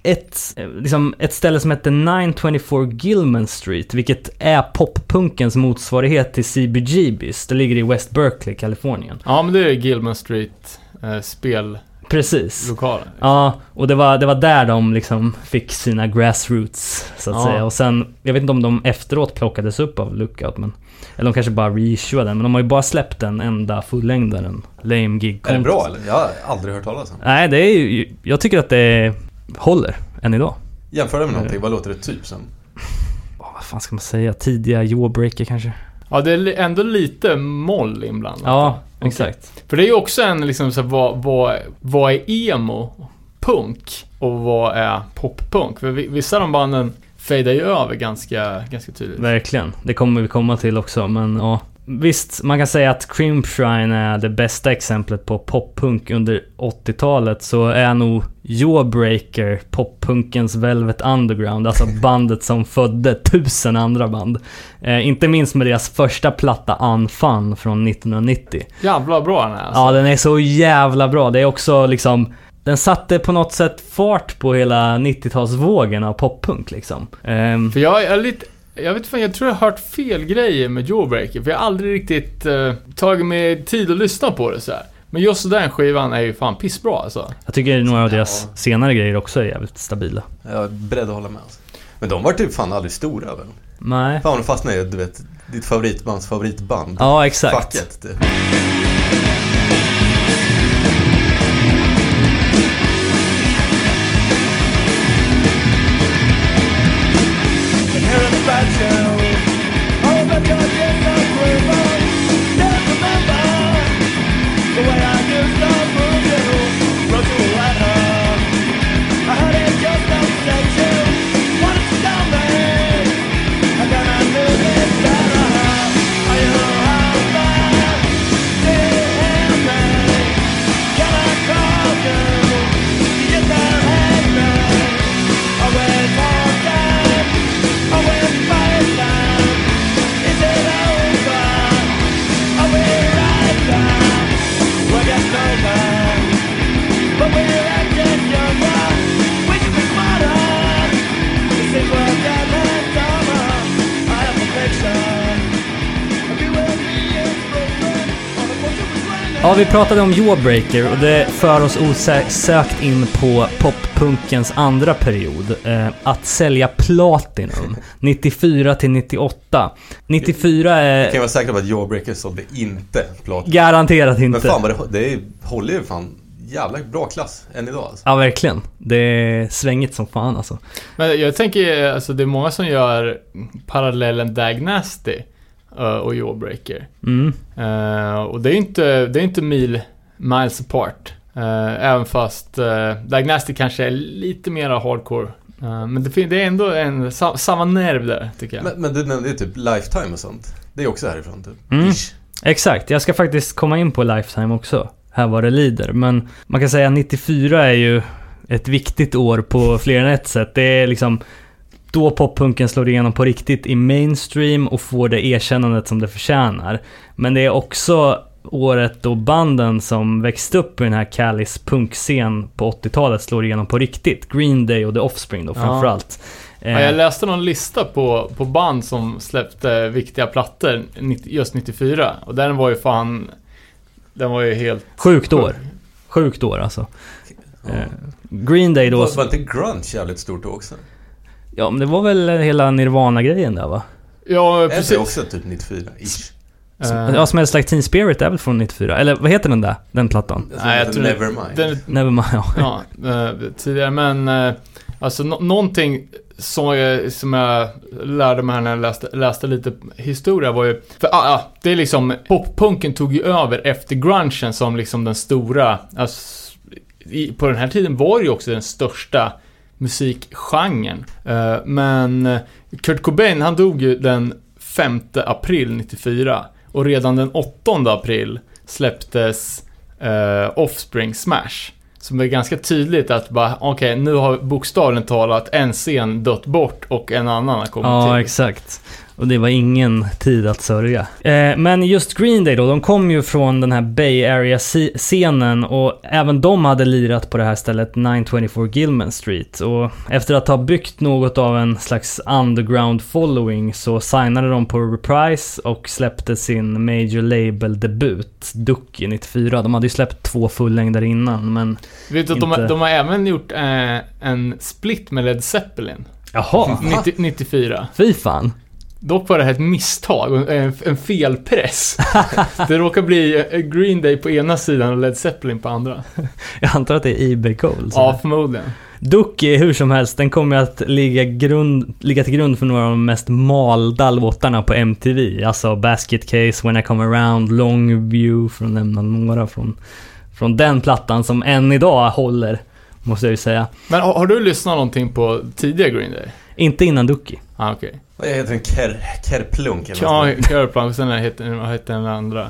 ett ställe som heter 924 Gilman Street, vilket är poppunkens motsvarighet till CBGB's. Det ligger i West Berkeley, Kalifornien. Ja, men det är Gilman Street spel. Precis. Lokalen. Ja, och det var där de liksom fick sina grassroots så att säga. Och sen, jag vet inte om de efteråt plockades upp av Lookout, men eller de kanske bara reissuade den, men de har ju bara släppt den enda fullängdaren, Lame Gig Contest. Är det bra eller? Jag har aldrig hört talas om. Nej, det är ju, jag tycker att det håller än idag. Jämför det med någonting, vad låter det typ som? Vad fan ska man säga? Tidiga Jawbreaker kanske? Ja, det är ändå lite moll inblandat. Ja, exakt. För det är ju också en liksom så vad är emo punk och vad är poppunk? För vissa av de banden fejdar ju över ganska tydligt. Verkligen. Det kommer vi komma till också, men ja. Visst, man kan säga att Crimpshrine är det bästa exemplet på poppunk under 80-talet, så är nog Jawbreaker poppunkens Velvet Underground, alltså bandet som födde 1000 andra band. Inte minst med deras första platta Unfun från 1990. Jävla bra den är alltså. Ja, den är så jävla bra. Det är också liksom, den satte på något sätt fart på hela 90-talsvågen av poppunk liksom. För jag är lite... jag tror jag har hört fel grejer med Jawbreaker, för jag har aldrig riktigt tagit mig tid att lyssna på det så här. Men just den skivan är ju fan pissbra alltså. Jag tycker några av deras senare grejer också är jävligt stabila. Jag är beredd att hålla med alltså. Men de var typ fan aldrig stora väl? Nej. Fan, fastnar ju, du vet, ditt favoritbands favoritband. Ja, exakt. Facket, typ. Ja, vi pratade om Jawbreaker och det för oss osökt in på poppunkens andra period. Att sälja platinum. 94 till 98. 94 är... Jag kan vara säker på att Jawbreaker sålde inte platinum. Garanterat inte. Men fan, det håller ju fan jävla bra klass än idag alltså. Ja, verkligen. Det är svängigt som fan alltså. Men jag tänker, alltså det är många som gör parallellen Dag Nasty och Jawbreaker. Och det är inte miles apart. Även fast Dag Nasty kanske är lite mer hardcore. Men det är ändå samma nerv där, tycker jag. Men du nämnde typ Lifetime och sånt. Det är också härifrån typ. Exakt, jag ska faktiskt komma in på Lifetime också. Här var det lider. Men man kan säga att 94 är ju ett viktigt år på fler än ett sätt. Det är liksom då poppunken slår igenom på riktigt i mainstream och får det erkännandet som det förtjänar. Men det är också året då banden som växte upp i den här Calis punkscen på 80-talet slår igenom på riktigt. Green Day och The Offspring då framförallt. Ja, jag läste någon lista på band som släppte viktiga plattor just 94. Och den var ju helt... Sjukt år alltså. Green Day då... Var inte grunge jävligt stort också? Ja, men det var väl hela Nirvana-grejen där, va? Ja, Precis. precis. Är det också typ 94-ish? Ja, Smells Like Teen Spirit är väl från 94? Eller vad heter den där? Den plattan? Nej, jag tror Nevermind. Nevermind, ja. Ja, tidigare, men alltså någonting som jag lärde mig här när jag läste lite historia var ju, för det är liksom, poppunken tog ju över efter grungen som liksom den stora, alltså, på den här tiden var det ju också den största musikgenren, men Kurt Cobain, han dog ju den 5 april 94 och redan den 8 april släpptes Offspring Smash, som är ganska tydligt att bara, okej, nu har bokstavligt talat en scen dött bort och en annan har kommit till. Ja, exakt. Och det var ingen tid att sörja. Men just Green Day då, de kom ju från den här Bay Area-scenen och även de hade lirat på det här stället 924 Gilman Street. Och efter att ha byggt något av en slags underground following så signade de på Reprise och släppte sin major label-debut, Ducky 94. De hade ju släppt 2 fullängder innan, men vet du att de har även gjort en split med Led Zeppelin. Jaha, 94. fy fan. Dock var det här ett misstag, en felpress. Det råkar bli Green Day på ena sidan och Led Zeppelin på andra. Jag antar att det är eBay Gold. Ja, förmodligen. Ducky, hur som helst, den kommer att ligga till grund för några av de mest malda låtarna på MTV. Alltså Basket Case, When I Come Around, Long View, för att nämna några från den plattan som än idag håller, måste jag ju säga. Men har du lyssnat någonting på tidiga Green Day? Inte innan Ducky. Okej. Vad heter den? Kerplunk? Ja, Kerplunk, och sen vad heter den andra?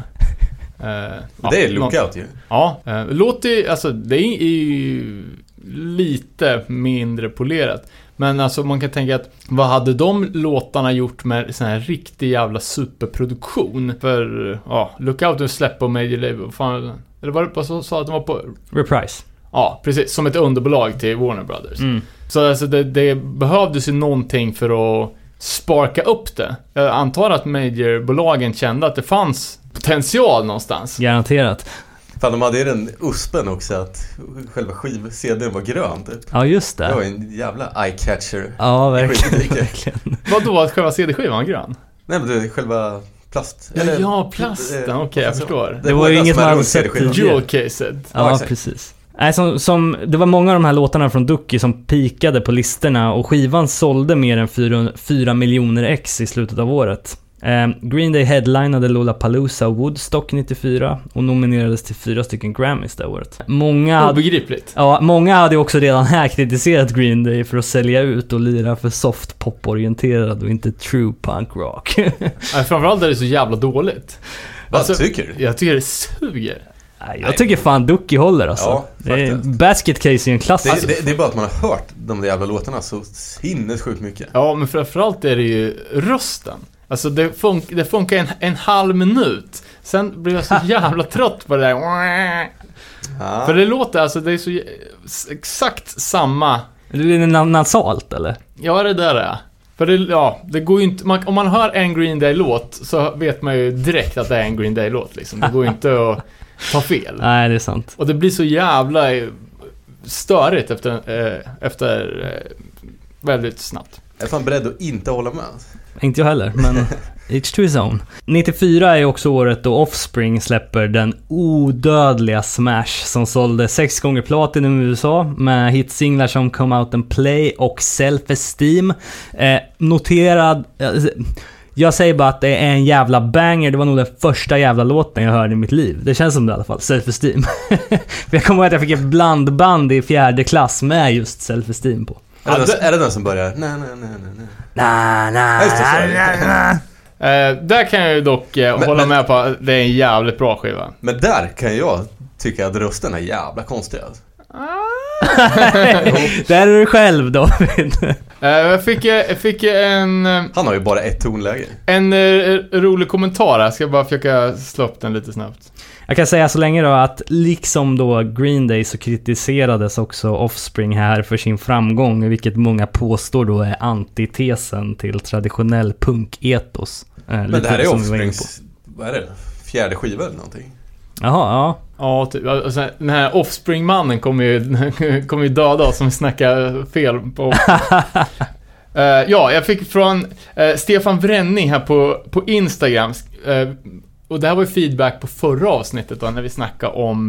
Det är Lookout ju. Ja, låter ju, alltså det är ju lite mindre polerat. Men alltså man kan tänka att vad hade de låtarna gjort med sån här riktig jävla superproduktion? För Lookout och släpp på Major Label, fan, eller var det bara så sa att de var på Reprise. Ja, precis, som ett underbolag till Warner Brothers. Så alltså det behövdes ju någonting för att sparka upp det. Jag antar att majorbolagen kände att det fanns potential någonstans. Garanterat. Fan, de hade ju den uspen också, att själva skiv-CDn var grön typ. Ja, just det. Det var en jävla eye-catcher. Ja, verkligen. Vadå, att själva CD-skivan var grön? Nej, men det är själva plast. Ja, plasten, okej, jag förstår. Det var ju inget man hade sett Jewel-caset. Ja, precis. Nej, det var många av de här låtarna från Ducky som pikade på listorna och skivan sålde mer än 4 miljoner ex i slutet av året. Green Day headlinade Lollapalooza och Woodstock 94 och nominerades till 4 stycken Grammys det året. Obegripligt. Många hade också redan här kritiserat Green Day för att sälja ut och lira för soft pop-orienterad och inte true punk rock. Framförallt är det så jävla dåligt. Vad tycker du? Jag tycker det suger. Jag tycker fan Ducky håller alltså. Ja, Basket Case är en klassiker. Det är bara att man har hört de där jävla låtarna så sinnessjukt mycket. Ja, men framförallt är det ju rösten. Alltså det funkar en halv minut. Sen blir jag så jävla trött på det där. För det låter, alltså det är så exakt samma. Det är nasalt eller? Ja, det där är. För det går ju inte, om man hör en Green Day-låt så vet man ju direkt att det är en Green Day-låt liksom. Det går ju inte att ta fel. Nej, det är sant. Och det blir så jävla störigt efter väldigt snabbt. Jag är fan beredd att inte hålla med. Inte jag heller, men each to his own. 94 är också året då Offspring släpper den odödliga Smash som sålde 6 gånger platinum i USA med hitsinglar som Come Out and Play och Self-Esteem. Noterad... Jag säger bara att det är en jävla banger. Det var nog den första jävla låten jag hörde i mitt liv. Det känns som det i alla fall. Self-Esteem. För jag kommer ihåg att jag fick ett blandband i 4:e klass med just Self-Esteem på. Är det den som börjar? Där kan jag ju dock hålla med på att det är en jävligt bra skiva. Men där kan jag tycka att rösten är jävla konstig. Där är du själv då. Jag fick en... Han har ju bara ett tonläge. En rolig kommentar. Jag ska bara försöka slå upp den lite snabbt. Jag kan säga så länge då att liksom då Green Day så kritiserades också Offspring här för sin framgång, vilket många påstår då är antitesen till traditionell punk-etos. Men det här är Offsprings, vad är det? 4:e skiva eller någonting? Jaha, ja. Ja, typ. Alltså, den här Offspring-mannen kommer ju döda oss som snackar fel på... Ja, jag fick från Stefan Wrenning här på Instagram. Och det här var ju feedback på förra avsnittet då, när vi snackade om...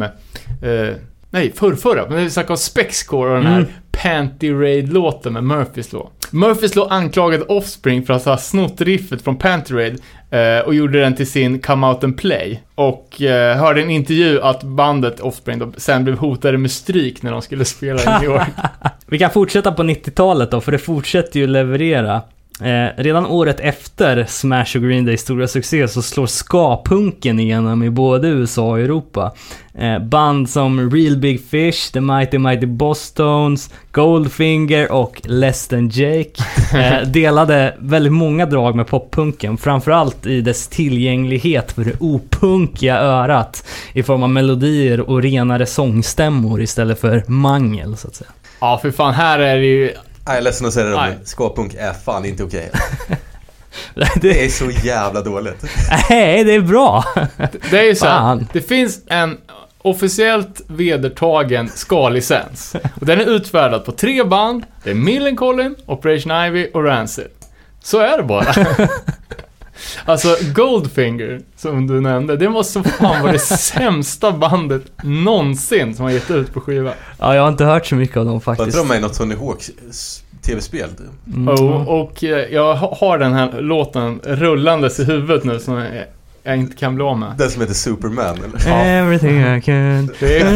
förra. Men vi snackade om Spexcore och den här Panty Raid-låten med Murphys Law. Murphys Law anklagade Offspring för att ha snott riffet från Panty Raid och gjorde den till sin Come Out and Play. Och hörde en intervju att bandet Offspring då sen blev hotade med stryk när de skulle spela i New York. Vi kan fortsätta på 90-talet då, för det fortsätter ju leverera. Redan året efter Smash och Green Days stora succé så slår ska-punken igenom i både USA och Europa. Band som Real Big Fish, The Mighty Mighty Bosstones, Goldfinger och Less Than Jake delade väldigt många drag med poppunken, framförallt i dess tillgänglighet för det opunkiga örat i form av melodier och renare sångstämmor istället för mangel, så att säga. Ja, för fan, här är det ju... Jag är ledsen att säga det, men ska-punk är fan inte okej. Det är så jävla dåligt. Nej, det är bra. Det är ju så här, det finns en officiellt vedertagen ska-licens. Och den är utfärdad på 3 band. Det är Millencolin, Operation Ivy och Rancid. Så är det bara. Alltså Goldfinger, som du nämnde, det måste fan vara det sämsta bandet någonsin som har gett ut på skiva. Ja, jag har inte hört så mycket av dem faktiskt. Jag tror de är något Tony Hawks tv-spel. Och jag har den här låten rullandes i huvudet nu som jag inte kan bli av med. Den som heter Superman, eller? Everything I can.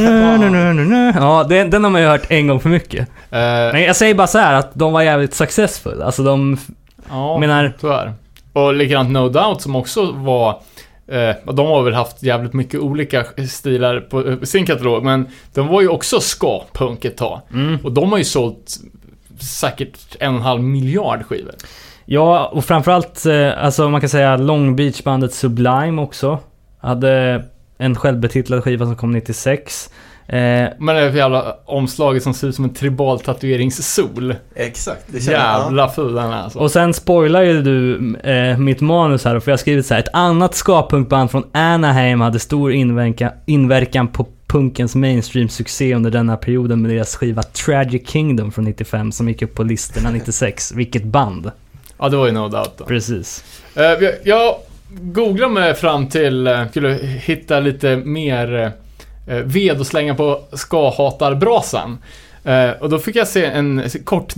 Ja, den har man ju hört en gång för mycket. Men jag säger bara så här att de var jävligt successful. Alltså de... Ja, menar... tyvärr. Och likadant No Doubt som också var... de har väl haft jävligt mycket olika stilar på sin katalog, men de var ju också ska-punk ett tag. Och de har ju sålt säkert 1,5 miljard skivor. Ja, och framförallt alltså man kan säga Long Beach-bandet Sublime också hade en självbetitlad skiva som kom 96. Men det är för jävla omslaget som ser ut som en tribal tatueringssol. Exakt, det jävla ful den alltså. Och sen spoilar ju du mitt manus här, för jag har skrivit så här: ett annat ska-punkband från Anaheim hade stor inverkan på punkens mainstream-succé under denna perioden med deras skiva Tragic Kingdom från 95 som gick upp på listorna 96. Vilket band? Ja, det var ju No Doubt då. Precis. Jag googlade mig fram till skulle hitta lite mer ved och slänga på ska-hatarbrasan. Och då fick jag se en kort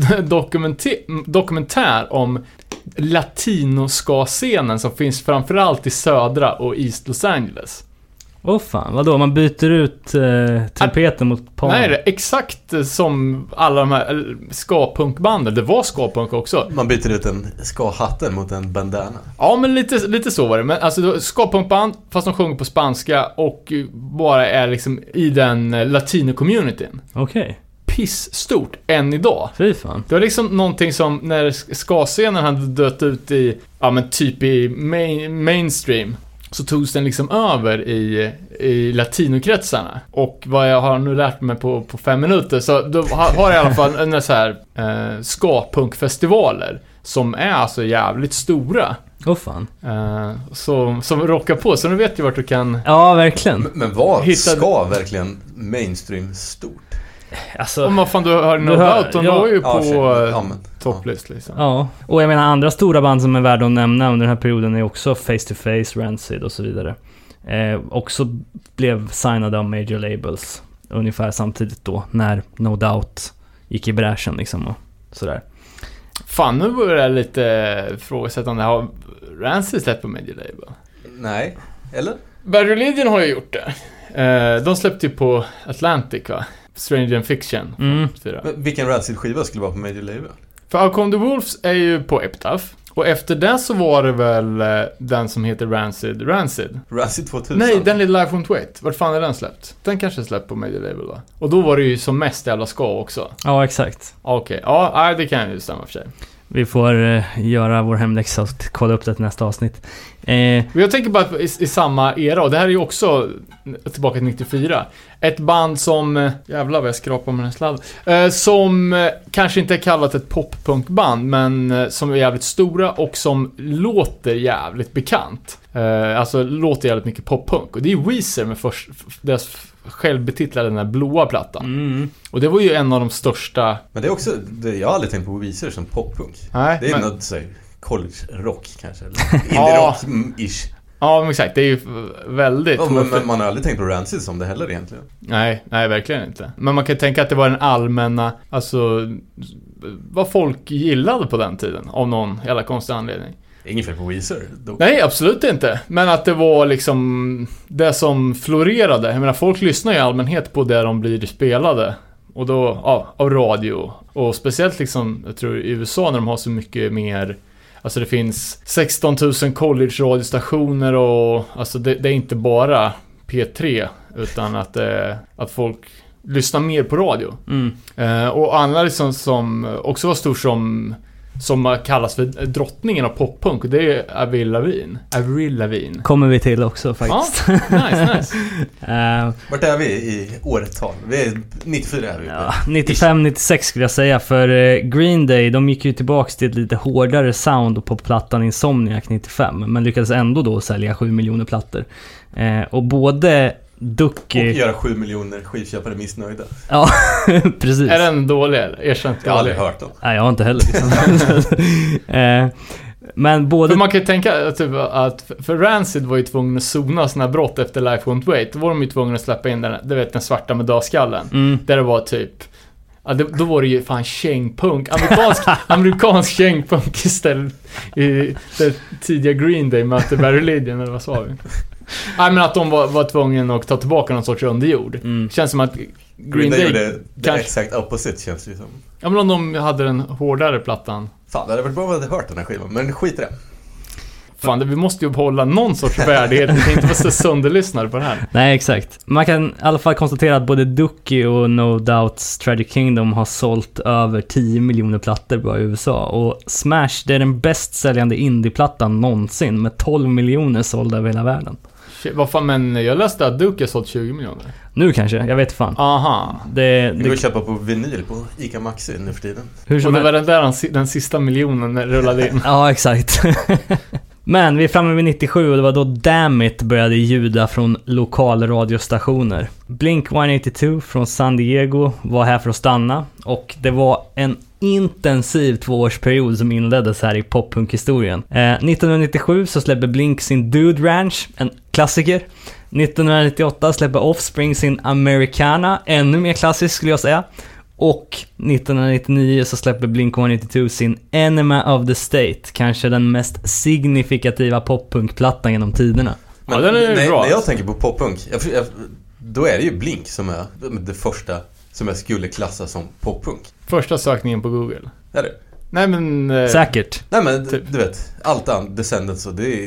dokumentär om latino-ska-scenen som finns framförallt i södra och East Los Angeles. Fan, vadå? Man byter ut trumpeten mot pan? Nej, det är exakt som alla de här ska-punkbanden. Det var ska-punk också. Man byter ut en ska-hatten mot en bandana. Ja, men lite så var det. Men alltså ska-punkband, fast de sjunger på spanska och bara är liksom i den latino-communityn. Okej. Pissstort än idag. Fy fan. Det var liksom någonting som när ska-scenen hade dött ut i, ja men typ i mainstream, så togs den liksom över i latinokretsarna. Och vad jag har nu lärt mig på 5 minuter, så då har jag i alla fall en så här ska-punkfestivaler som är alltså jävligt stora. Fan. Som rockar på, så nu vet jag vart du kan... Ja, verkligen. Men vad ska verkligen mainstream stort? Alltså, om vad fan du hör No Doubt, de var ju på topplist liksom. Ja, och jag menar andra stora band som är värda att nämna under den här perioden är också Face to Face, Rancid och så vidare. Också blev signade av major labels ungefär samtidigt då, när No Doubt gick i bräschen liksom och sådär. Fan, nu börjar jag lite frågasättande. Har Rancid släppt på major label? Nej, eller? Bad Religion har ju gjort det. De släppte ju på Atlantic, va? Stranger Than Fiction. Men vilken Rancid-skiva skulle vara på major label? För Out Come the Wolves är ju på Epitaph. Och efter det så var det väl den som heter Rancid. Rancid 2000? Nej, den är Life Won't Wait. Vart fan är den släppt? Den kanske är släppt på major label, va? Och då var det ju som mest jävla ska också. Ja, exakt. Okej. Ja, det kan ju stämma för sig. Vi får göra vår hemläxa och kolla upp det till nästa avsnitt. Jag tänker bara att i samma era, och det här är ju också tillbaka till 94, Ett band som, jävlar vad jag skrapar med den sladd, som kanske inte är kallat ett poppunkband, men som är jävligt stora och som låter jävligt bekant. Alltså låter jävligt mycket poppunk. Och det är Weezer med deras självbetitlade den här blåa plattan. Och det var ju en av de största. Men det är också, jag har aldrig tänkt på Weezer som poppunk. Nej, det är något så college-rock kanske, eller indie-rock-ish. Ja, men exakt, det är ju väldigt... Men man har aldrig tänkt på Rancid som det heller egentligen. Nej, verkligen inte. Men man kan tänka att det var den allmänna, alltså vad folk gillade på den tiden, av någon jävla konstig anledning. Inget fel på Weezer då. Nej, absolut inte. Men att det var liksom det som florerade. Jag menar, folk lyssnar ju i allmänhet på det de blir spelade. Och då, av radio. Och speciellt liksom, jag tror i USA när de har så mycket mer... Alltså det finns 16 000 college-radiostationer och alltså det är inte bara P3 utan att folk lyssnar mer på radio. Och andra liksom som också var stor som kallas för drottningen av poppunk, det är Avril Lavigne. Kommer vi till också faktiskt. Ja, nice. Vart är vi i årettal? Vi är 94 här. Ja, 95-96 skulle jag säga, för Green Day, de gick ju tillbaks till ett lite hårdare sound på plattan Insomniac 95, men lyckades ändå då sälja 7 miljoner plattor. Och både Ducky... Och göra 7 miljoner skivköpare missnöjda. Ja, precis. Är den dålig eller? Erkänt dålig? Jag har aldrig hört den. Nej, jag har inte heller liksom. Men både... För man kan ju tänka typ, att för Rancid var ju tvungen att sona sina brott efter Life Won't Wait. Då var de ju tvungna att släppa in den svarta med dagskallen. Där det var typ... Ja, då var det ju fan kängpunk. Amerikansk kängpunk istället i det tidiga Green Day mötte Bad Religion, eller vad sa vi? Nej, men att de var tvungna att ta tillbaka någon sorts underjord. Känns som att Green Day gjorde det exakt opposite, känns det som. Ja, men om de hade den hårdare plattan. Fan, det hade varit bra om jag hade hört den här skivan, men skit i det. Fan, vi måste ju behålla någon sorts värdighet. Vi kan inte vara så sönderlyssnare på det här. Nej, exakt. Man kan i alla fall konstatera att både Ducky och No Doubts Tragic Kingdom har sålt över 10 miljoner plattor bara i USA. Och Smash, det är den bäst säljande indieplattan någonsin med 12 miljoner sålda över hela världen. Vad fan, men jag läste att Ducky har sålt 20 miljoner. Nu kanske, jag vet fan. Aha. Det går att köpa på vinyl på Ica Maxi nu för tiden. Och det var den sista miljonen rullade in. Ja, exakt. Men vi är framme vid 97 och det var då Damn It började ljuda från lokala radiostationer. Blink-182 från San Diego var här för att stanna, och det var en intensiv 2-årsperiod som inleddes här i poppunkhistorien. 1997 så släpper Blink sin Dude Ranch, en klassiker. 1998 släpper Offspring sin Americana, ännu mer klassisk skulle jag säga. Och 1999 så släpper Blink-182 sin Enema of the State, kanske den mest signifikativa poppunkplattan genom tiderna. Men ja, den är bra. När jag tänker på poppunk, då är det ju Blink som är det första som jag skulle klassa som poppunk. Första sökningen på Google. Är det? Nej, men... Säkert. Nej, men typ. Du vet, allt annat, Descendants, och det är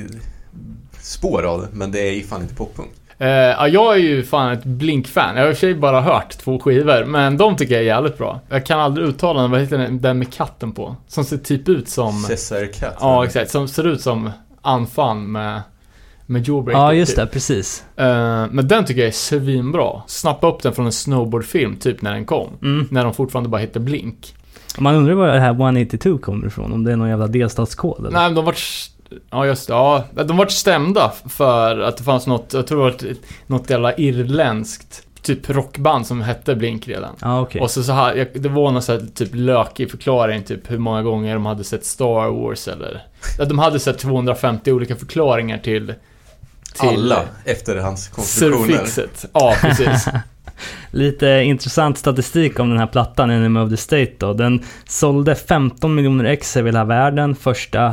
spår av det, men det är ju fan inte poppunk. Ja, jag är ju fan ett Blink-fan. Jag har i och för sig bara hört 2 skivor, men de tycker jag är jävligt bra. Jag kan aldrig uttala den, vad heter den med katten på? Som ser typ ut som... Cesar Cat. Ja, exakt. Som ser ut som Anfan med Jawbreaker. Ja, just typ. det, precis. Men den tycker jag är svinbra. Snappa upp den från en snowboardfilm typ när den kom. När de fortfarande bara heter Blink. Man undrar var det här 182 kommer ifrån, om det är någon jävla delstatskod eller? Nej, men de var... Ja, just det. Ja, de var stämda för att det fanns något, jag tror det var något jävla irländskt typ rockband som hette Blink redan. Ja, okej. Och så här, det var någon så här typ lökig förklaring, typ hur många gånger de hade sett Star Wars eller... De hade sett 250 olika förklaringar till alla efterhandskonstruktioner. Surfixet. Ja, precis. Lite intressant statistik om den här plattan, Enemy of the State då. Den sålde 15 miljoner ex i hela världen första...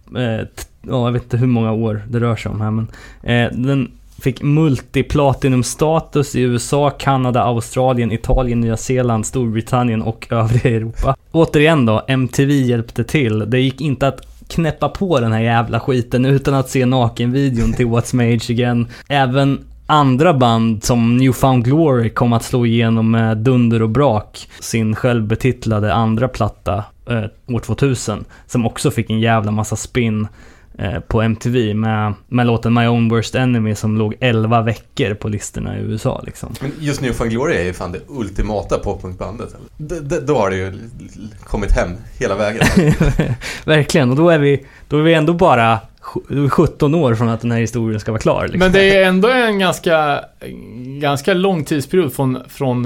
jag vet inte hur många år det rör sig om här, men den fick multiplatinum-status i USA, Kanada, Australien, Italien, Nya Zeeland, Storbritannien och övriga Europa. Återigen då, MTV hjälpte till. Det gick inte att knäppa på den här jävla skiten utan att se nakenvideon till What's My Age Again. Även andra band som New Found Glory kom att slå igenom med dunder och brak sin självbetitlade andra platta år 2000, som också fick en jävla massa spin. på MTV med låten My Own Worst Enemy som låg 11 veckor på listorna i USA liksom. Men just New Found Glory är ju fan det ultimata poppunkbandet. Då har det ju kommit hem hela vägen. Verkligen, och då är vi ändå bara 17 år från att den här historien ska vara klar liksom. Men det är ändå en ganska lång tidsperiod från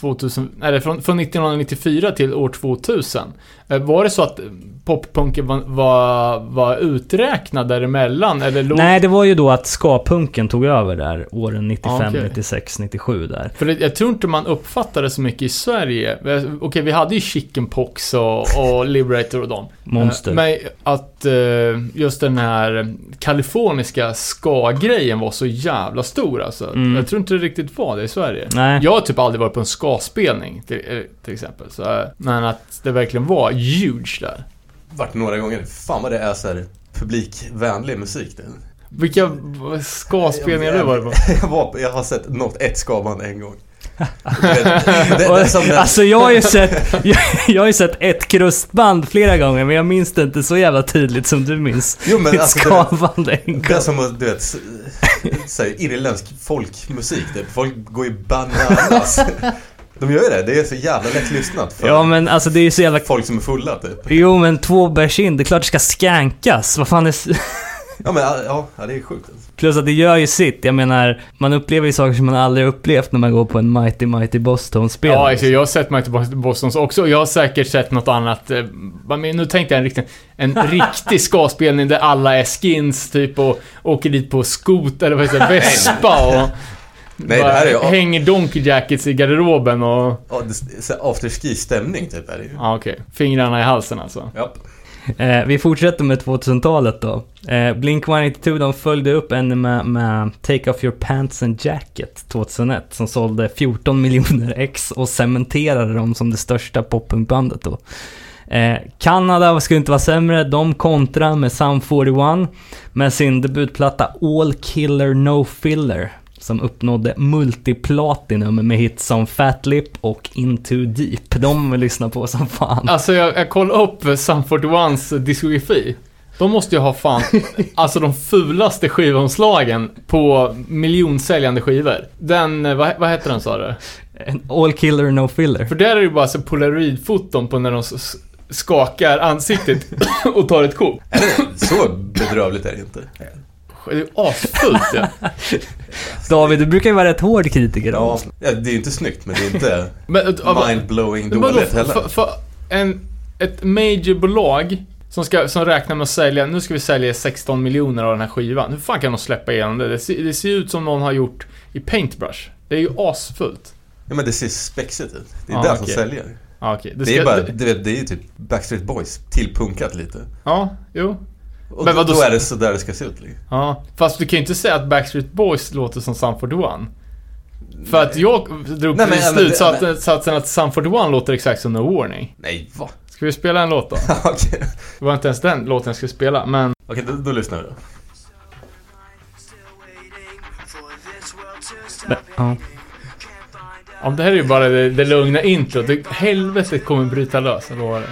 1994 till år 2000. Var det så att poppunken var uträknad däremellan? Eller Nej, det var ju då att ska-punken tog över där åren 95, 96, 97 där. För jag tror inte man uppfattade så mycket i Sverige. Okej, vi hade ju Chickenpox och Liberator och dem. Monster. Men att just den här kaliforniska ska-grejen var så jävla stor alltså. Jag tror inte det riktigt var det i Sverige. Nej. Jag har typ aldrig varit på en ska-spelning till exempel. Men att det verkligen var huge där. Vart några gånger. Fan vad det är så här publikvänlig musik det. Vilka ska-spelningar du var på? Jag har sett ett skaband en gång. Alltså jag har ju sett ett krustband flera gånger, men jag minns det inte så jävla tydligt som du minns. Jo, men alltså, skavand en gång. Det är som du vet säger irländsk folkmusik typ. Folk går ju bananas. De gör ju det, det är så jävla lätt lyssnat för. Ja, men alltså det är ju så jävla folk som är fulla typ. Jo, men 2 bärs in, det är klart det ska skankas. Vad fan är Ja, men ja, det är sjukt. Plus att det gör ju sitt. Jag menar, man upplever ju saker som man aldrig upplevt när man går på en Mighty Boston-spel. Ja, alltså, jag har sett Mighty Bostons också. Och jag har säkert sett något annat. Men nu tänkte jag en riktig skaspelning där alla är skins typ och åker dit på skot eller vad heter det, vespa och nej, det här är hänger donkey jackets i garderoben och ja, det är afterski-stämning typ är det ju. Ja, okej. Fingrarna i halsen alltså. Japp. Vi fortsätter med 2000-talet då. Blink-182, de följde upp en med Take Off Your Pants and Jacket 2001 som sålde 14 miljoner ex och cementerade dem som det största poppunkbandet då. Kanada skulle inte vara sämre. De kontra med Sum 41 med sin debutplatta All Killer No Filler som uppnådde multiplatinum med hits som Fat Lip och Into Deep. De vill lyssna på som fan. Alltså jag kollade upp Sum 41s diskografi. De måste ju ha fan alltså de fulaste skivomslagen på miljonsäljande skivor. Den, vad heter den sa du? All Killer No Filler. För där är det ju bara så polaroidfoton på när de skakar ansiktet och tar ett kort. Så bedrövligt är det inte. Det är ju asfullt, ja. David, du brukar ju vara ett hård kritiker då. Ja, det är ju inte snyggt, men det är inte mind-blowing dåligt heller. För ett majorbolag som räknar med att sälja, nu ska vi sälja 16 miljoner av den här skivan. Hur fan kan de släppa igenom det? Det ser ut som någon har gjort i Paintbrush. Det är ju asfullt. Ja, men det ser spexigt ut. Det är där som säljer. Okay. Det är ju typ Backstreet Boys tillpunkat lite. Ja, jo. Och men då är det så där det ska se ut. Ja, fast du kan ju inte säga att Backstreet Boys låter som Sum 41. För att jag drog till slutsatsen att Sum 41 låter exakt som No Warning. Nej, va? Ska vi spela en låt då? Okej. Det var inte ens den låten jag skulle spela, men... Okej, då lyssnar vi då. Ja. Om det här är ju bara det lugna introt. Helvetet kommer bryta lös, eller vad är det?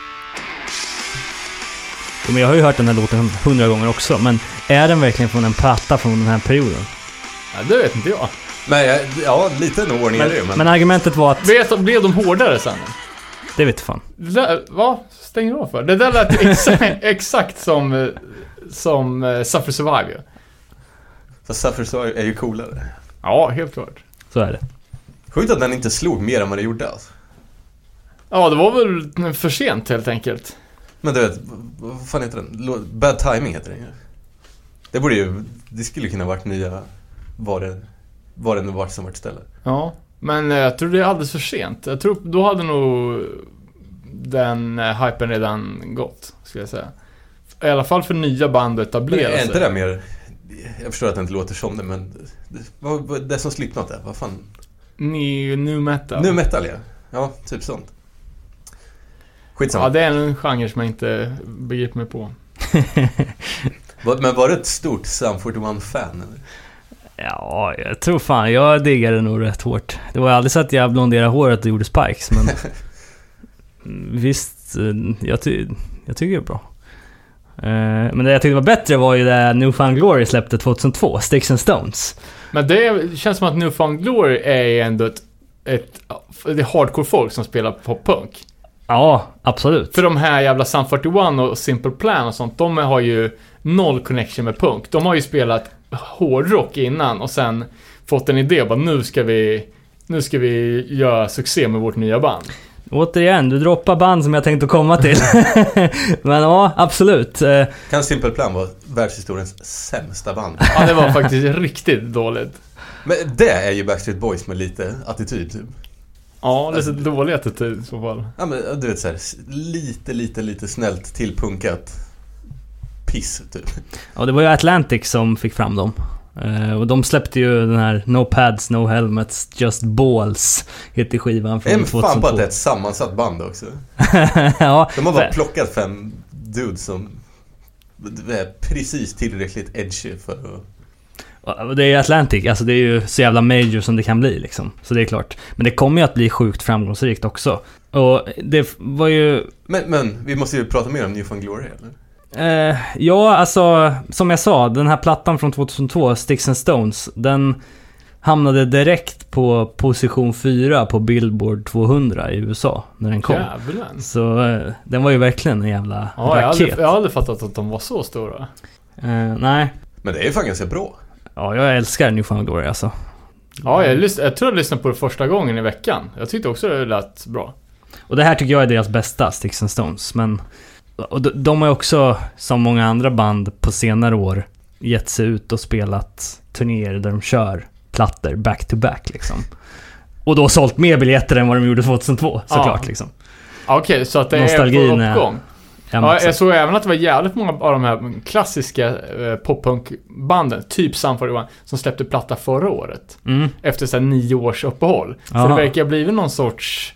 Men jag har ju hört den här låten 100 gånger också. Men är den verkligen från en platta från den här perioden? Ja, det vet inte jag. Men ja, lite en ordning är det ju. Men argumentet var att... Blev de hårdare sen? Det vet fan. Vad stänger du av för? Det där lät exakt som Suffer Survive. För Suffer Survive är ju coolare. Ja, helt klart. Så är det. Sjukt att den inte slog mer än vad det gjorde alltså. Ja, det var väl för sent helt enkelt. Men du vet, vad fan heter den? Bad Timing heter den. Det skulle kunna varit nya var det nu vart som vart ställe. Ja, men jag tror det är alldeles för sent. Jag tror då hade nog den hypen redan gått, skulle jag säga. I alla fall för nya band att etablera sig. Är inte det mer... Jag förstår att det inte låter som det, men det som Slipknot är, vad fan? New metal. New metal, ja. Ja, typ sånt. Skitsamma. Ja, det är en genre som jag inte begriper mig på. Men var det ett stort Sum 41-fan, eller? Ja, jag tror fan, jag diggade nog rätt hårt. Det var aldrig så att jag blonderade håret och gjorde spikes, men visst, jag tycker det är bra. Men det jag tyckte var bättre var ju det New Found Glory släppte 2002, Sticks and Stones. Men det känns som att New Found Glory är ändå det är hardcore folk som spelar pop-punk. Ja, absolut. För de här jävla Sum 41 och Simple Plan och sånt, de har ju noll connection med punk. De har ju spelat hårdrock innan och sen fått en idé bara nu ska vi göra succé med vårt nya band. Återigen, du droppar band som jag tänkte komma till. Men ja, absolut. Kan Simple Plan vara världshistoriens sämsta band? Ja, det var faktiskt riktigt dåligt. Men det är ju Backstreet Boys med lite attityd typ. Ja, det är så dålig attityd i så fall. Ja, men du vet så här, lite snällt tillpunkat piss typ. Ja, det var ju Atlantic som fick fram dem. Och de släppte ju den här No Pads, No Helmets, Just Balls heter skivan från 2002. Fan på att det är ett sammansatt band också. Ja, de har bara plockat 5 dudes som är precis tillräckligt edgy för att... Och det är ju Atlantic, alltså det är ju så jävla major som det kan bli liksom. Så det är klart. Men det kommer ju att bli sjukt framgångsrikt också. Och det var ju... Men vi måste ju prata mer om New Found Glory, eller? Ja, alltså som jag sa, den här plattan från 2002, Sticks and Stones, den hamnade direkt på position 4 på Billboard 200 i USA när den kom. Jävlar. Så den var ju verkligen en jävla raket. Jag hade fattat att de var så stora. Nej. Men det är ju fan ganska bra. Ja, jag älskar New Found Glory alltså. Ja, jag tror jag lyssnade på det första gången i veckan. Jag tyckte också det lät bra. Och det här tycker jag är deras bästa, Sticks and Stones. Men och de har också, som många andra band på senare år, gett sig ut och spelat turnéer där de kör plattor back to back liksom. Och då sålt mer biljetter än vad de gjorde 2002 såklart liksom. Okej, så att det nostalgin är på uppgång. Ja, jag såg även att det var jävligt många av de här klassiska pop-punk-banden, typ Sum 41, som släppte platta förra året. Efter så här 9 års uppehåll. Så det verkar ha blivit någon sorts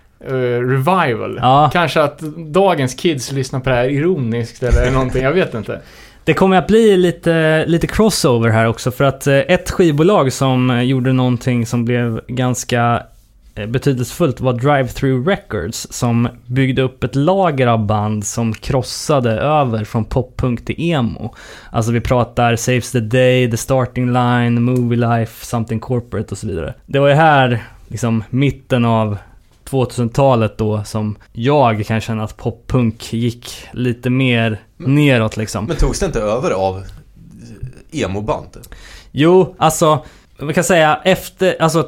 revival. Ja. Kanske att dagens kids lyssnar på det här ironiskt eller någonting, jag vet inte. Det kommer att bli lite crossover här också, för att ett skivbolag som gjorde någonting som blev ganska betydelsefullt var Drive-Thru Records, som byggde upp ett lager av band som krossade över från poppunk till emo. Alltså vi pratar Saves the Day, The Starting Line, Movie Life, Something Corporate och så vidare. Det var ju här liksom mitten av 2000-talet då som jag kan känna att poppunk gick lite mer neråt liksom. Men togs det inte över av emo-band? Jo, alltså man kan säga efter, alltså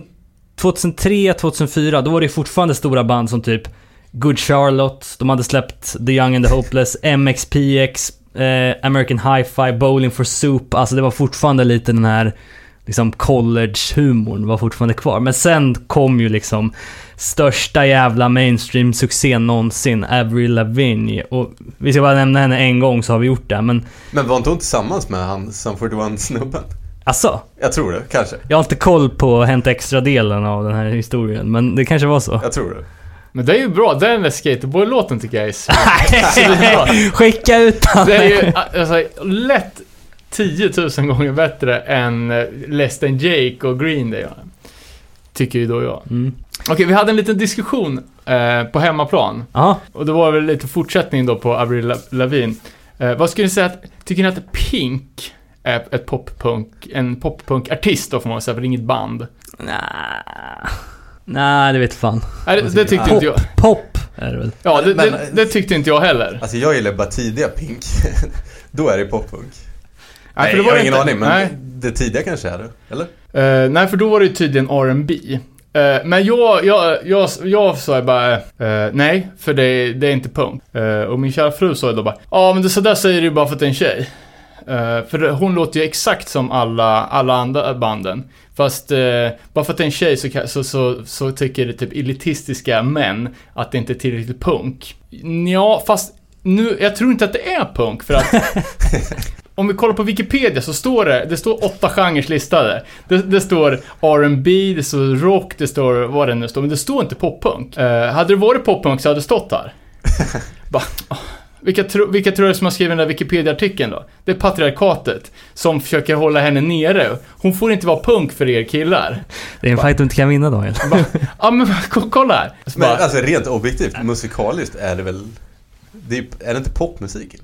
2003, 2004, då var det fortfarande stora band som typ Good Charlotte, de hade släppt The Young and the Hopeless, MXPX, American Hi-Fi, Bowling for Soup, alltså det var fortfarande lite den här liksom college-humorn var fortfarande kvar. Men sen kom ju liksom största jävla mainstream-succén någonsin, Avril Lavigne. Och vi ska bara nämna henne en gång så har vi gjort det. Men var inte hon tillsammans med han Sum 41-snubben? Asså? Jag tror det, kanske. Jag har inte koll på Hänt Extra-delen av den här historien, men det kanske var så. Jag tror det. Men det är ju bra, den där Skaterboy-låten tycker jag är skicka ut den. Det är ju alltså, lätt 10 000 gånger bättre än Less Than Jake och Green Day. Tycker ju då jag. Okej, vi hade en liten diskussion på hemmaplan. Aha. Och det var väl lite fortsättning då på Avril Lavigne. Vad skulle ni säga, tycker ni att Pink är en poppunk-artist då, får man säga, för det är inget band? Nej, det vet fan. Nej, det tyckte inte jag. Pop är det väl? Ja, det tyckte inte jag heller. Alltså jag gillar bara tidiga Pink. Då är det poppunk. Nej, för det var jag har ingen aning, men det tidiga kanske är det, eller? Nej, för då var det tydligen R&B. Men jag sa bara nej, för det är inte punk. Och min kära fru sa då bara men det så där säger du bara för att det är en tjej. För hon låter ju exakt som alla andra banden. Fast bara för att det är en tjej så tycker det typ elitistiska män att det inte är tillräckligt punk. Ja, fast nu, jag tror inte att det är punk, för att om vi kollar på Wikipedia så står det står 8 genrer listade. Det står R&B, det står rock, det står vad det nu står, men det står inte poppunk. Hade det varit poppunk så hade det stått här. Vilka tror du som har skrivit den där Wikipedia-artikeln då? Det är patriarkatet som försöker hålla henne nere. Hon får inte vara punk för er killar. Det är en fight du inte kan vinna, Daniel. Ja, men kolla här. Men alltså rent objektivt, musikaliskt är det väl... är det inte popmusik?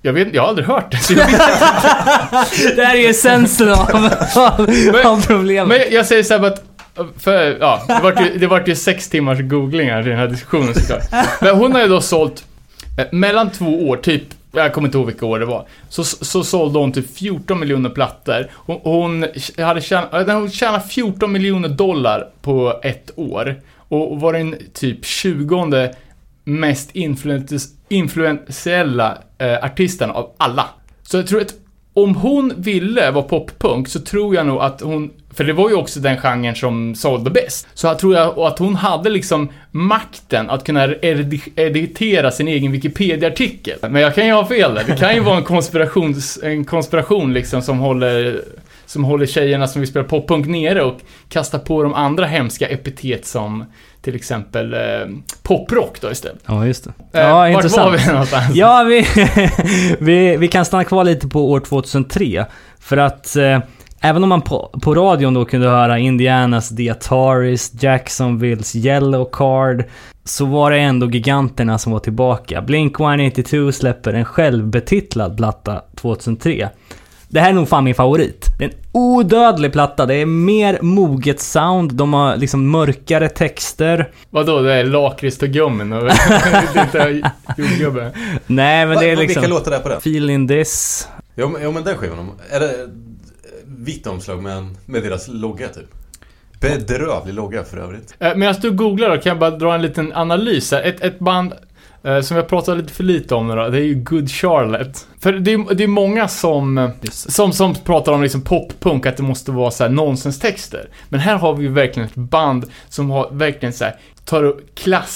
Jag har aldrig hört det, så jag vet inte. Det här är ju essensen av problemet. Men jag säger så här att det vart ju 6 timmars googlingar i den här diskussionen såklart. Men hon har ju då sålt mellan 2 år, typ, jag kommer inte ihåg vilka år det var, så sålde hon typ 14 miljoner plattor. Hon tjänade 14 miljoner dollar på ett år och var den typ 20:e mest influentiella artisten av alla. Så jag tror att om hon ville vara poppunk så tror jag nog att hon, för det var ju också den genren som sålde bäst, så jag tror att hon hade liksom makten att kunna editera sin egen Wikipedia-artikel. Men jag kan ju ha fel där. Det kan ju vara en konspiration liksom som håller tjejerna som vill spela poppunk nere och kastar på de andra hemska epitet som till exempel poprock då istället. Ja, just det. Ja, intressant. Vart var vi någonstans? Ja, vi kan stanna kvar lite på år 2003. För att även om man på radion då kunde höra Indianas The Ataris, Jacksonvilles Yellow Card, så var det ändå giganterna som var tillbaka. Blink-182 släpper en självbetitlad platta 2003. Det här är nog fan min favorit. Det är en odödlig platta. Det är mer moget sound. De har liksom mörkare texter. Vadå? Det är lakrits och gummen och jordgubbe. Nej, men det är liksom... Vilka låtar är på den? Feeling This. Jo, men den skivan. Är det vitt omslag med deras logga typ? Bedrövlig logga för övrigt. Medan du googlar då kan jag bara dra en liten analys här. Ett band som jag pratar lite för lite om nu då, det är ju Good Charlotte. För det är många som pratar om liksom poppunk, att det måste vara så här nonsenstexter. Men här har vi ju verkligen ett band som har verkligen så här, tar upp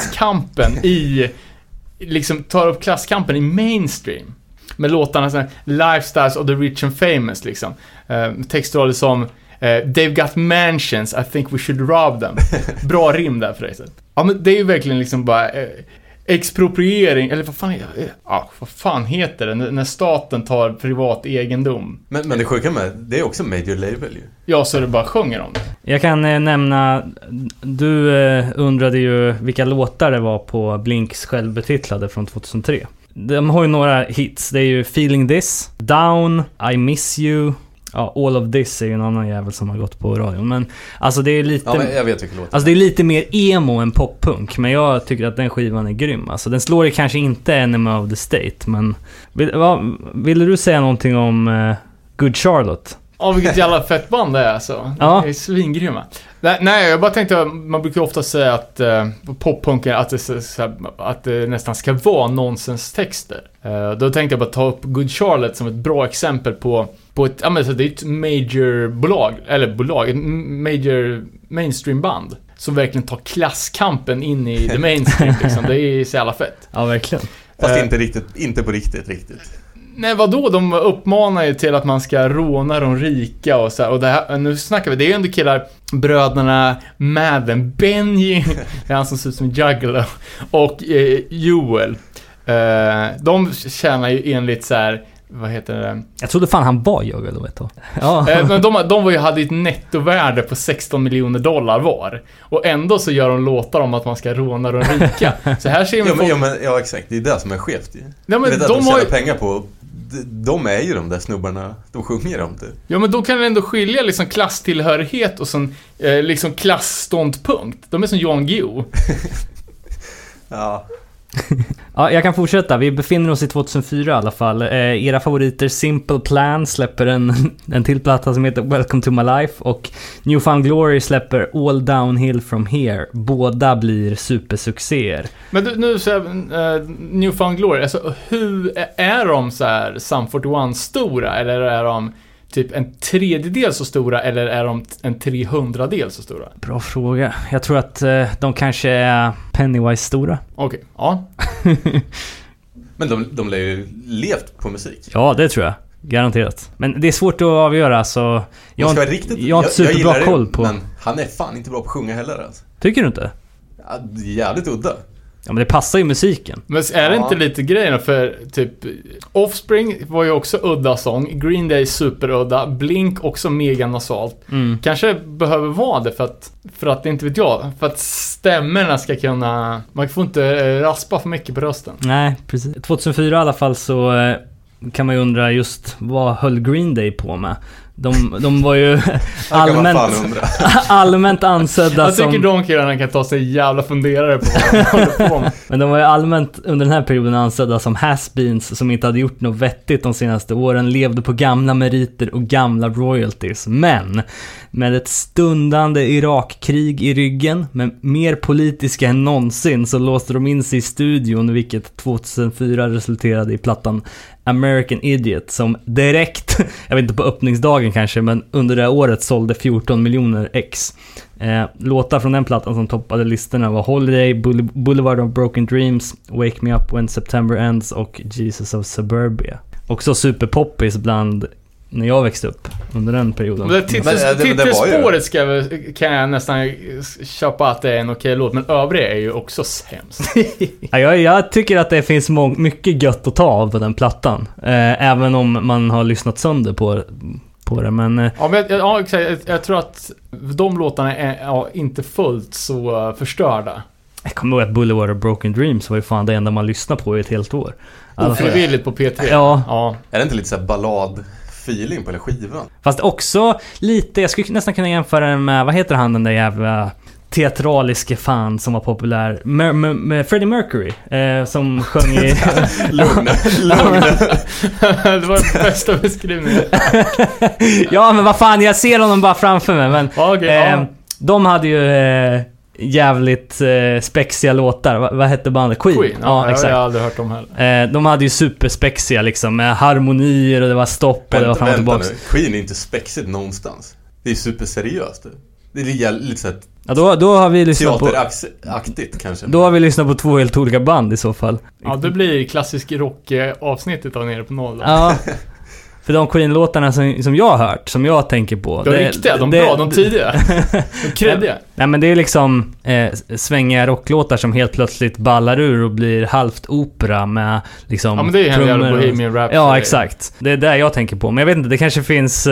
klasskampen i mainstream. Med låtarna så här, Lifestyles of the Rich and Famous liksom. Textrader som They've got mansions, I think we should rob them. Bra rim där förresten. Ja, men det är ju verkligen liksom bara expropriering, eller vad fan heter det när staten tar privat egendom. Men det sjuka med det är också major label ju. Ja, så det bara sjunger om det. Jag kan nämna, du undrade ju vilka låtar det var på Blinks självbetitlade från 2003. De har ju några hits. Det är ju Feeling This, Down, I Miss You. Ja, All of This är ju en annan jävel som har gått på radion. Men alltså det är lite... Ja, men jag vet vilken låt. Alltså det är lite mer emo än poppunk. Men jag tycker att den skivan är grym. Alltså den slår ju kanske inte Enemy of the State. Men ville du säga någonting om Good Charlotte? Ja, vilket jävla fett band det är alltså. Ja. Det är svingrymma. Nej, jag bara tänkte, man brukar ofta säga att popppunken, att det nästan ska vara nonsenstexter. Då tänkte jag bara ta upp Good Charlotte som ett bra exempel på ett, ja men så det är ett ett major mainstream band som verkligen tar klasskampen in i the mainstream liksom. Det är så jävla fett. Ja, verkligen. Fast inte på riktigt. Nej, vadå? De uppmanar ju till att man ska råna de rika och så här. Och det här, nu snackar vi, det är ju ändå killar, bröderna Madden, Benji, det är han som ser ut som Juggalo, och Joel. De tjänar ju enligt så här, vad heter det? Jag trodde fan han var Juggalo, vet du. Ja. Men de hade ett nettovärde på 16 miljoner dollar var. Och ändå så gör de låtar om att man ska råna de rika. Så här ser man ja, exakt. Det är det som är skevt. Ja, men de tjänar pengar på. De är ju de där snubbarna. De sjunger om det. Ja, men då kan det ändå skilja liksom klasstillhörighet och sån liksom klassståndpunkt. De är som Jan Guillou. Ja. Ja, jag kan fortsätta. Vi befinner oss i 2004 i alla fall. Era favoriter Simple Plan släpper en till platta som heter Welcome to My Life, och New Found Glory släpper All Downhill From Here. Båda blir supersuccéer. Men nu så New Found Glory, alltså hur är de så här Sum 41 stora, eller är de typ en 1/3 så stora, eller är de en 300-del så stora? Bra fråga. Jag tror att de kanske är Pennywise stora. Okej, ja. Men de lär ju levt på musik. Ja, det tror jag. Garanterat. Men det är svårt att avgöra, så jag har inte superbra koll på. Men han är fan inte bra på att sjunga heller alltså. Tycker du inte? Ja, jävligt udda. Ja, men det passar ju musiken. Men är det inte lite grejer för typ Offspring var ju också udda sång, Green Day superudda, Blink också mega nasalt. Kanske behöver vara det för att inte vet jag, för att stämmorna ska kunna, man får inte raspa för mycket på rösten. Nej, precis. 2004 i alla fall så kan man ju undra just vad höll Green Day på med. De var ju allmänt ansedda jag tycker som... de killarna kan ta sig jävla funderare på vad de håller på med. Men de var ju allmänt under den här perioden ansedda som has-beens som inte hade gjort något vettigt de senaste åren, levde på gamla meriter och gamla royalties. Men med ett stundande Irakkrig i ryggen, med mer politiska än någonsin, så låste de in sig i studion, vilket 2004 resulterade i plattan American Idiot, som direkt, jag vet inte på öppningsdagen kanske, men under det här året sålde 14 miljoner ex. Låtar från den plattan som toppade listorna var Holiday, Boulevard of Broken Dreams, Wake Me Up When September Ends och Jesus of Suburbia. Också superpoppis bland när jag växte upp under den perioden. Men titelspåret kan jag nästan köpa att det är en okej låt, men övriga är ju också sämst. Jag tycker att det finns mycket gött att ta av på den plattan. Även om man har lyssnat sönder på det, men... Jag tror att de låtarna är inte fullt så förstörda. Jag kommer ihåg att Boulevard of Broken Dreams var ju fan det enda man lyssnade på i ett helt år. Ofrivilligt på P3. Ja. Är det inte lite så här ballad-feeling på hela skivan? Fast också lite, jag skulle nästan kunna jämföra den med, vad heter han den där jävla teatraliske fan som var populär med Freddie Mercury som sjöng i Lugna. Det var den bästa beskrivningen. Ja, men vad fan, jag ser honom bara framför mig, men de hade ju jävligt spexiga låtar. Vad hette bandet? Queen. Ja, exakt. Jag har aldrig hört dem heller. De hade ju superspexiga liksom, med harmonier och det var stopp och det var fram och tillbaka. Queen är inte spexigt någonstans. Det är superseriöst. Det är lite så att då har vi lyssnat på teateraktigt kanske. Då har vi lyssnat på 2 helt olika band i så fall. Ja, det blir klassisk rock-avsnittet av Nere på Noll. Ja. För de Queen-låtarna som jag har hört, som jag tänker på... De riktiga, de bra, de tidiga. De kreddiga. Nej, men det är liksom svängiga rocklåtar som helt plötsligt ballar ur och blir halvt opera med liksom... Ja, men det är ju en jävla Bohemian Rhapsody. Ja, exakt. Det är där jag tänker på. Men jag vet inte, det kanske finns...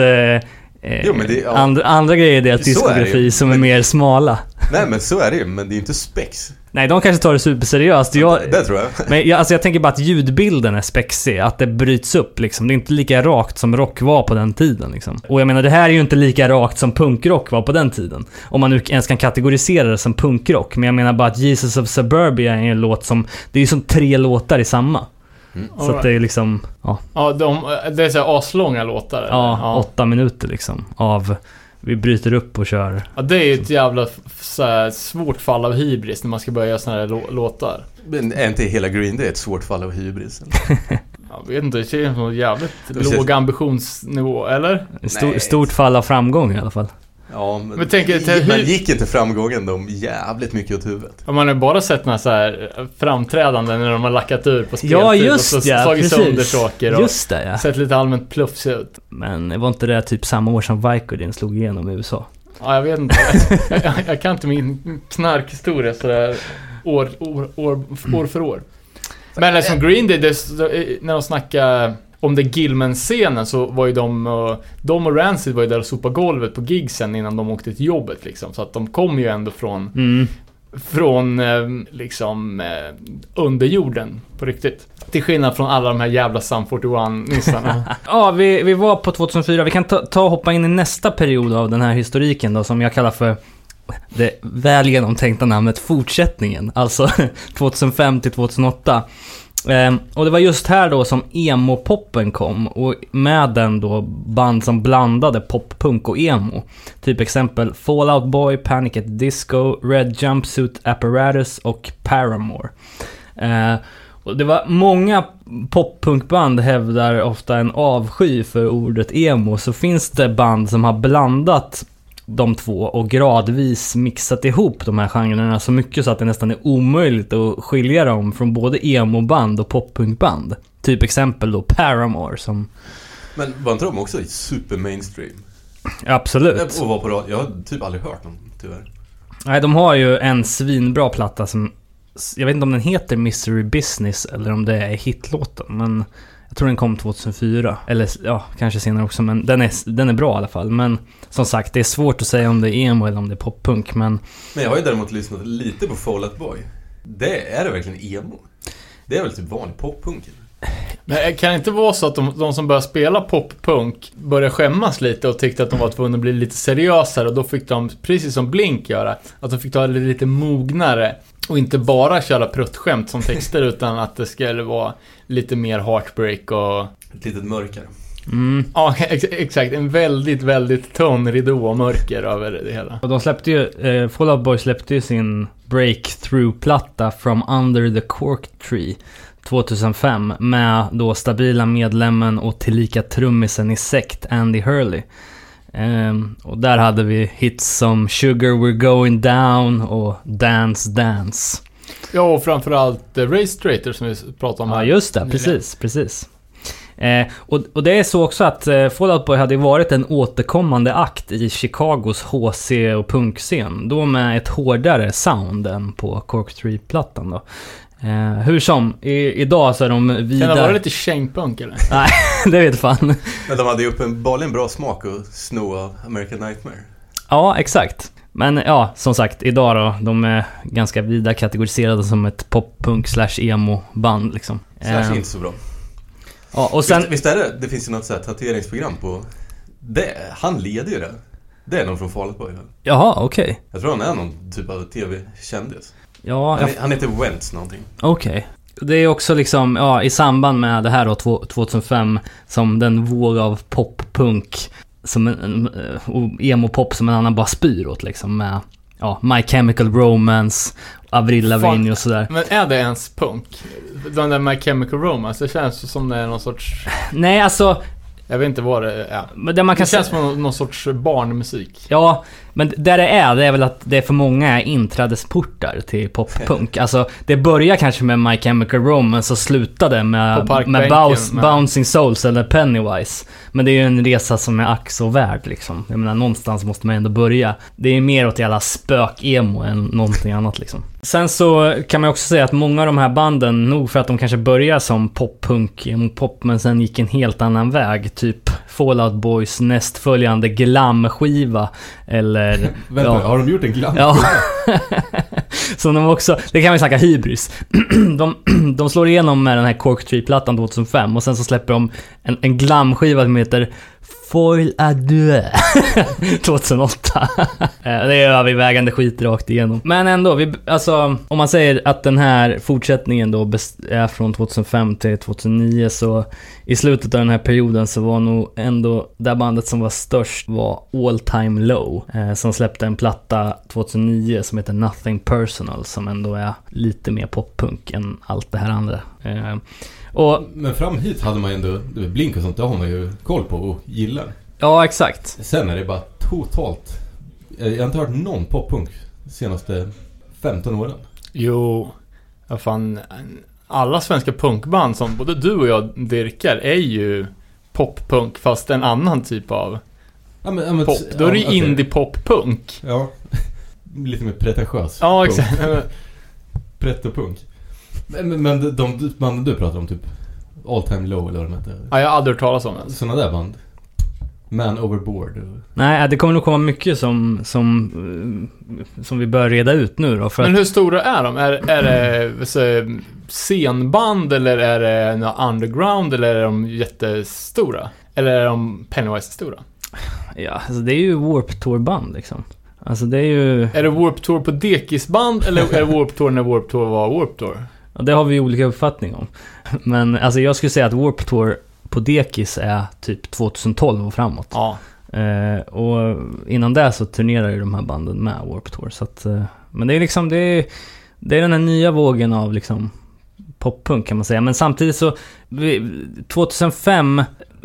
andra grejer i deras diskografi som är mer smala. Nej, men så är det ju, men det är ju inte spex. Nej, de kanske tar det superseriöst. Det tror jag. Men jag tänker bara att ljudbilden är spexig, att det bryts upp liksom. Det är inte lika rakt som rock var på den tiden liksom. Och jag menar, det här är ju inte lika rakt som punkrock var på den tiden. Om man nu ens kan kategorisera det som punkrock. Men jag menar bara att Jesus of Suburbia är en låt som... Det är ju som 3 låtar i samma. Så att det är liksom... Ja, det är så här aslånga låtar. Eller? Ja, 8 minuter liksom av... Vi bryter upp och kör. Ja, det är ju ett jävla så här, svårt fall av hybris när man ska börja göra såna här låtar. Men är inte hela Green Day ett svårt fall av hybris? Jag vet inte, det känns som en jävligt låg ambitionsnivå, eller? Stort fall av framgång i alla fall. Ja, men man gick inte framgången de jävligt mycket åt huvudet. Man har bara sett några så här framträdanden när de har lackat ur på speltid. Ja, just och så slagit sönder saker och just det, ja. Sett lite allmänt plufs ut. Men det var inte det typ samma år som Vicodin slog igenom i USA? Ja, jag vet inte. jag kan inte min knarkhistoria så där år för år. Men som Green Day, när de snackar om det Gilman-scenen, så var ju de och Rancid var ju där och sopa golvet på gigsen innan de åkte till jobbet liksom. Så att de kom ju ändå från liksom underjorden på riktigt. Till skillnad från alla de här jävla Sum 41-nissarna. Ja, vi var på 2004. Vi kan ta och hoppa in i nästa period av den här historiken då, som jag kallar för det väl genomtänkta namnet fortsättningen. Alltså 2005 till 2008. Och det var just här då som emo-poppen kom, och med den då band som blandade pop-punk och emo. Typ exempel Fall Out Boy, Panic at the Disco, Red Jumpsuit Apparatus och Paramore. Och det var många pop-punkband hävdar ofta en avsky för ordet emo, så finns det band som har blandat de två och gradvis mixat ihop de här genrerna så mycket så att det nästan är omöjligt att skilja dem från både emo-band och pop-punkband. Typ exempel då Paramore som... Men var inte de också super mainstream? Absolut. Och var på radio. Jag har typ aldrig hört dem, tyvärr. Nej, de har ju en svinbra platta som... Jag vet inte om den heter Misery Business eller om det är hitlåten, men... Jag tror den kom 2004. Eller ja, kanske senare också. Men den är bra i alla fall. Men som sagt, det är svårt att säga om det är emo eller om det är poppunk. Men jag har ju däremot lyssnat lite på Fall Out Boy. Det är det verkligen emo? Det är väl typ vanlig poppunk? Men kan det inte vara så att de som började spela poppunk började skämmas lite och tyckte att de var tvungna att bli lite seriösare, och då fick de, precis som Blink göra, att de fick ta det lite mognare och inte bara köra pruttskämt som texter utan att det skulle vara lite mer heartbreak och... Ett litet mörkare. Ja, exakt. En väldigt, väldigt tunn ridå och mörker över det hela. Och de släppte ju, Fall Out Boy släppte ju sin breakthrough-platta From Under the Cork Tree 2005 med då stabila medlemmen och tillika trummisen i Sect, Andy Hurley. Och där hade vi hits som Sugar We're Going Down och Dance Dance. Ja, och framförallt Race Traitor som vi pratade om här. Ja, just det. Precis. Och det är så också att Fall Out Boy hade varit en återkommande akt i Chicagos HC och punkscen. Då med ett hårdare sound än på Cork Tree-plattan då. Hur som, idag så är de vida... Kan det vara lite kängpunk eller? Nej, det vet fan. Men de hade ju uppenbarligen bra smak och sno av American Nightmare. Ja, exakt. Men ja, som sagt, idag då, de är ganska vida kategoriserade som ett pop-punk/emo-band liksom. Slash inte så bra. Ja, och sen... Visst är det finns ju något sånt här tatueringsprogram på... Han leder ju det. Det är någon från Fall Out Boy. Jaha, okej. Okay. Jag tror han är någon typ av tv-kändis. Ja, han heter Wentz någonting. Okej. Okay. Det är också liksom, ja, i samband med det här då 2005 som den våg av pop-punk som och emo-pop som en annan bara spyr åt liksom med My Chemical Romance, Avril Lavigne och sådär. Men är det ens punk? Den där My Chemical Romance, det känns som det är någon sorts... Nej, alltså... Jag vet inte vad det är. Men det känns som någon sorts barnmusik. Ja, men där det är väl att det är för många inträdesportar till poppunk. Alltså, det börjar kanske med My Chemical Romance och slutade med Bouncing Souls eller Pennywise. Men det är ju en resa som är ack så värd liksom. Jag menar, någonstans måste man ändå börja. Det är mer åt jävla spök-emo än någonting annat liksom. Sen så kan man också säga att många av de här banden, nog för att de kanske börjar som pop-punk, emo-pop, men sen gick en helt annan väg. Typ Fall Out Boys nästföljande glam-skiva eller... Vänta, har de gjort en glam-skiva? Ja. Så de också, det kan vi snacka hybris. De slår igenom med den här Cork Tree-plattan 2005 och sen så släpper de en glam-skiva som heter Foil Adieu 2008. Det är övervägande skit rakt igenom. Men ändå, alltså, om man säger att den här fortsättningen då är från 2005 till 2009, så i slutet av den här perioden så var nog ändå det bandet som var störst var All Time Low, som släppte en platta 2009 som heter Nothing Personal, som ändå är lite mer poppunk än allt det här andra. Men fram hit hade man ju ändå Blink och sånt, det har man ju koll på och gillar. Ja, exakt. Sen är det bara totalt... Jag har inte hört någon poppunk de senaste 15 åren. Jo, fan, alla svenska punkband som både du och jag dyrkar är ju poppunk, fast en annan typ av pop. Då är det ju indie-pop-punk. Ja, lite mer pretentiös. Ja, exakt. Pretto-punk. Men de banden du pratar om, typ All Time Low eller vad de heter. Ja, jag har aldrig hört talas om det. Sådana där band. Man Overboard. Nej, det kommer nog komma mycket som vi bör reda ut nu då. Men hur stora är de? Är det scenband eller är det underground eller är de jättestora? Eller är de Pennywise-stora? Ja, alltså det är ju Warped Tour-band liksom. Alltså det är ju... Är det Warped Tour på Dekis-band eller är det Warped Tour när Warped Tour var Warped Tour? Ja, det har vi olika uppfattning om. Men alltså jag skulle säga att Warped Tour på Dekis är typ 2012 och framåt. Ja. Och innan det så turnerar ju de här banden med Warped Tour. Så att, men det är liksom det är den här nya vågen av liksom poppunk kan man säga. Men samtidigt så 2005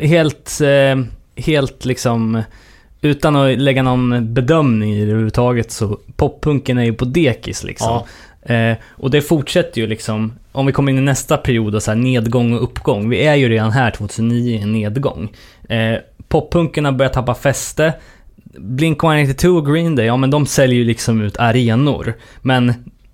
helt liksom utan att lägga någon bedömning i det överhuvudtaget, så poppunken är ju på Dekis liksom. Ja. Och det fortsätter ju liksom, om vi kommer in i nästa period och så här nedgång och uppgång. Vi är ju redan här 2009 i en nedgång. Poppunkerna börjar tappa fäste. Blink-182 och Green Day, ja men de säljer ju liksom ut arenor. Men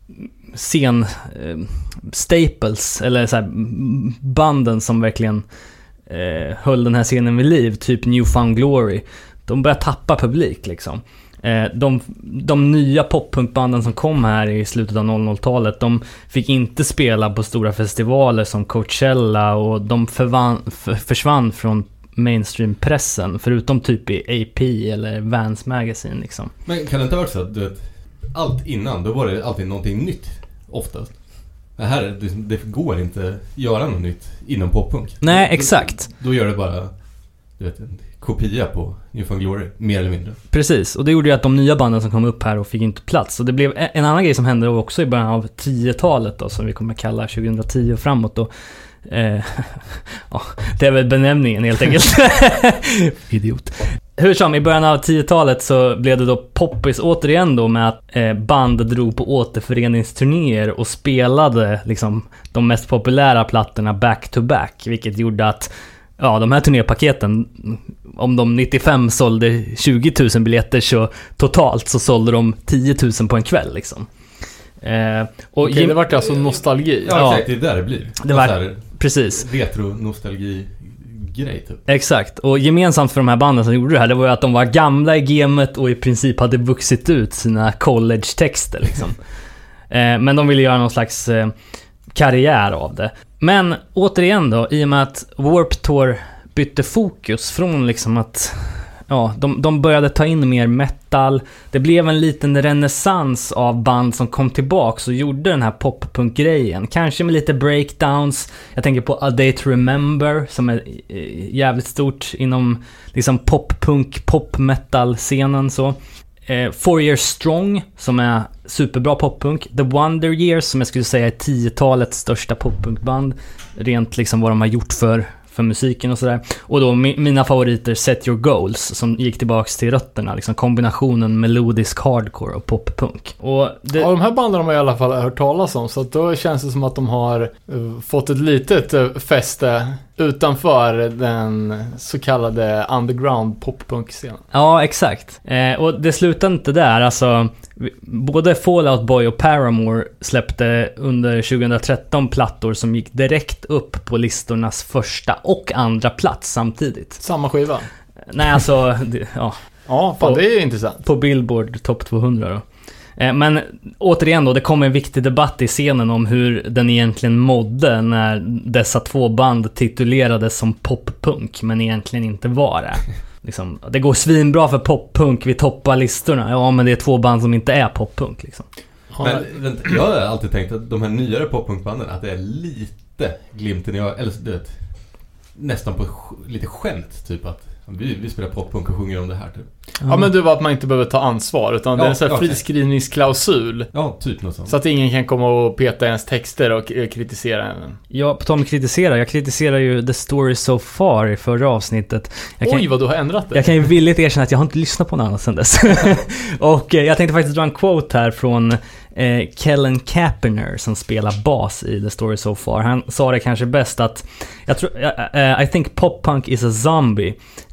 staples eller så här, banden som verkligen höll den här scenen vid liv, typ New Found Glory, de börjar tappa publik liksom. De nya poppunkbanden som kom här i slutet av 00-talet, de fick inte spela på stora festivaler som Coachella, och de försvann från mainstream-pressen, förutom typ i AP eller Vans Magazine liksom. Men kan det inte vara så att du vet, allt innan, då var det alltid någonting nytt oftast? Det går inte göra något nytt inom poppunk. Nej, exakt. Då gör det bara, du vet, en kopia på New Found Glory, mer eller mindre. Precis, och det gjorde ju att de nya banden som kom upp här och fick inte plats. Och det blev en annan grej som hände också i början av 10-talet då, som vi kommer kalla 2010 och framåt då. Ja, det är väl benämningen helt enkelt. Idiot. Hur som, i början av 10-talet så blev det då poppis återigen då med att band drog på återföreningsturnéer och spelade liksom de mest populära plattorna back to back, vilket gjorde att de här turnépaketen, om de 95 sålde 20 000 biljetter, så totalt så sålde de 10 000 på en kväll liksom. Och det vart alltså nostalgi. Ja, exakt, det är där det blir. Det var precis retro-nostalgi-grej typ. Exakt, och gemensamt för de här banden som gjorde det här, det var ju att de var gamla i gamet och i princip hade vuxit ut sina college-texter liksom. Men de ville göra någon slags karriär av det. Men återigen då, i och med att Warped Tour bytte fokus från liksom att de började ta in mer metal. Det blev en liten renässans av band som kom tillbaks och gjorde den här pop-punk-grejen. Kanske med lite breakdowns. Jag tänker på A Day to Remember, som är jävligt stort inom liksom pop-punk, pop-metal-scenen så. 4 Years Strong, som är superbra poppunk. The Wonder Years, som jag skulle säga är 10-talets största poppunkband, rent liksom vad de har gjort för musiken och sådär. Och då mina favoriter, Set Your Goals, som gick tillbaks till rötterna, liksom kombinationen melodisk hardcore och poppunk. Och de här banden har man i alla fall hört talas om, så att då känns det som att de har fått ett litet fäste utanför den så kallade underground poppunk-scenen. Ja, exakt. Och det slutade inte där. Alltså, både Fall Out Boy och Paramore släppte under 2013 plattor som gick direkt upp på listornas första och andra plats samtidigt. Samma skiva? Nej, alltså... Ja, fan, det är intressant. På Billboard Top 200 då. Men återigen då, det kom en viktig debatt i scenen om hur den egentligen mådde när dessa två band titulerades som poppunk, men egentligen inte var det. Liksom, det går svinbra för poppunk, vi toppar listorna. Ja, men det är två band som inte är poppunk liksom. Men jag har alltid tänkt att de här nyare poppunkbanden, att det är lite glimten i ögat, eller du vet, nästan på lite skämt typ, att vi spelar poppunk och sjunger om det här typ. Ja, men det var att man inte behöver ta ansvar, utan det är en sån här friskrivningsklausul. Ja, typ något sånt. Så att ingen kan komma och peta ens texter och kritisera en. Ja, på tal om kritisera. Jag kritiserar ju The Story So Far i förra avsnittet. Oj, vad du har ändrat det. Jag kan ju villigt erkänna att jag har inte lyssnat på något annat sedan dess. Och jag tänkte faktiskt dra en quote här från Kellen Kaepernick som spelar bas i The Story So Far. Han sa det kanske bäst att I think pop-punk is a zombie.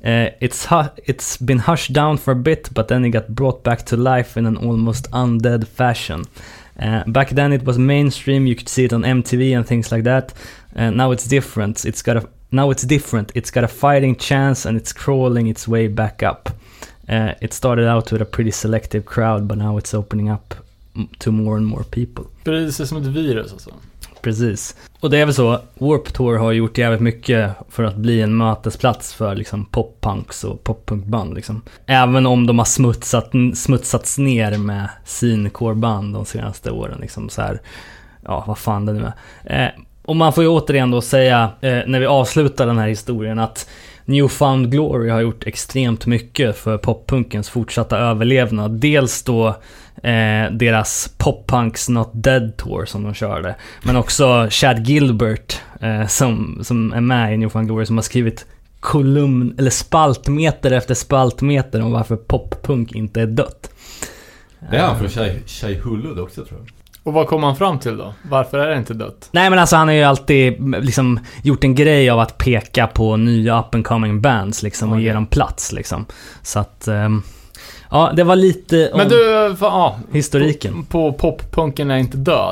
It's been hushed down for a bit, but then it got brought back to life in an almost undead fashion. Back then it was mainstream, you could see it on MTV and things like that. Now it's different. It's got a fighting chance and it's crawling its way back up. It started out with a pretty selective crowd, but now it's opening up to more and more people. Precis som ett virus alltså. Precis. Och det är väl så, Warped Tour har gjort jävligt mycket för att bli en mötesplats för liksom pop-punks och pop-punkband liksom. Även om de har smutsats ner med syncore-band de senaste åren liksom så här. Ja, vad fan det nu är. Och man får ju återigen då säga när vi avslutar den här historien att New Found Glory har gjort extremt mycket för poppunkens fortsatta överlevnad. Dels då deras Pop-Punks Not Dead Tour som de körde, men också Chad Gilbert som är med i New Found Glory, som har skrivit kolumn eller spaltmeter efter spaltmeter om varför poppunk inte är dött. Det är han från Shai Hulud också, tror jag. Och vad kom han fram till då? Varför är det inte dött? Nej, men alltså han har ju alltid liksom gjort en grej av att peka på nya up and coming bands liksom, och ge dem plats liksom. Så att ja, det var lite om men du, historiken. På poppunken är inte död.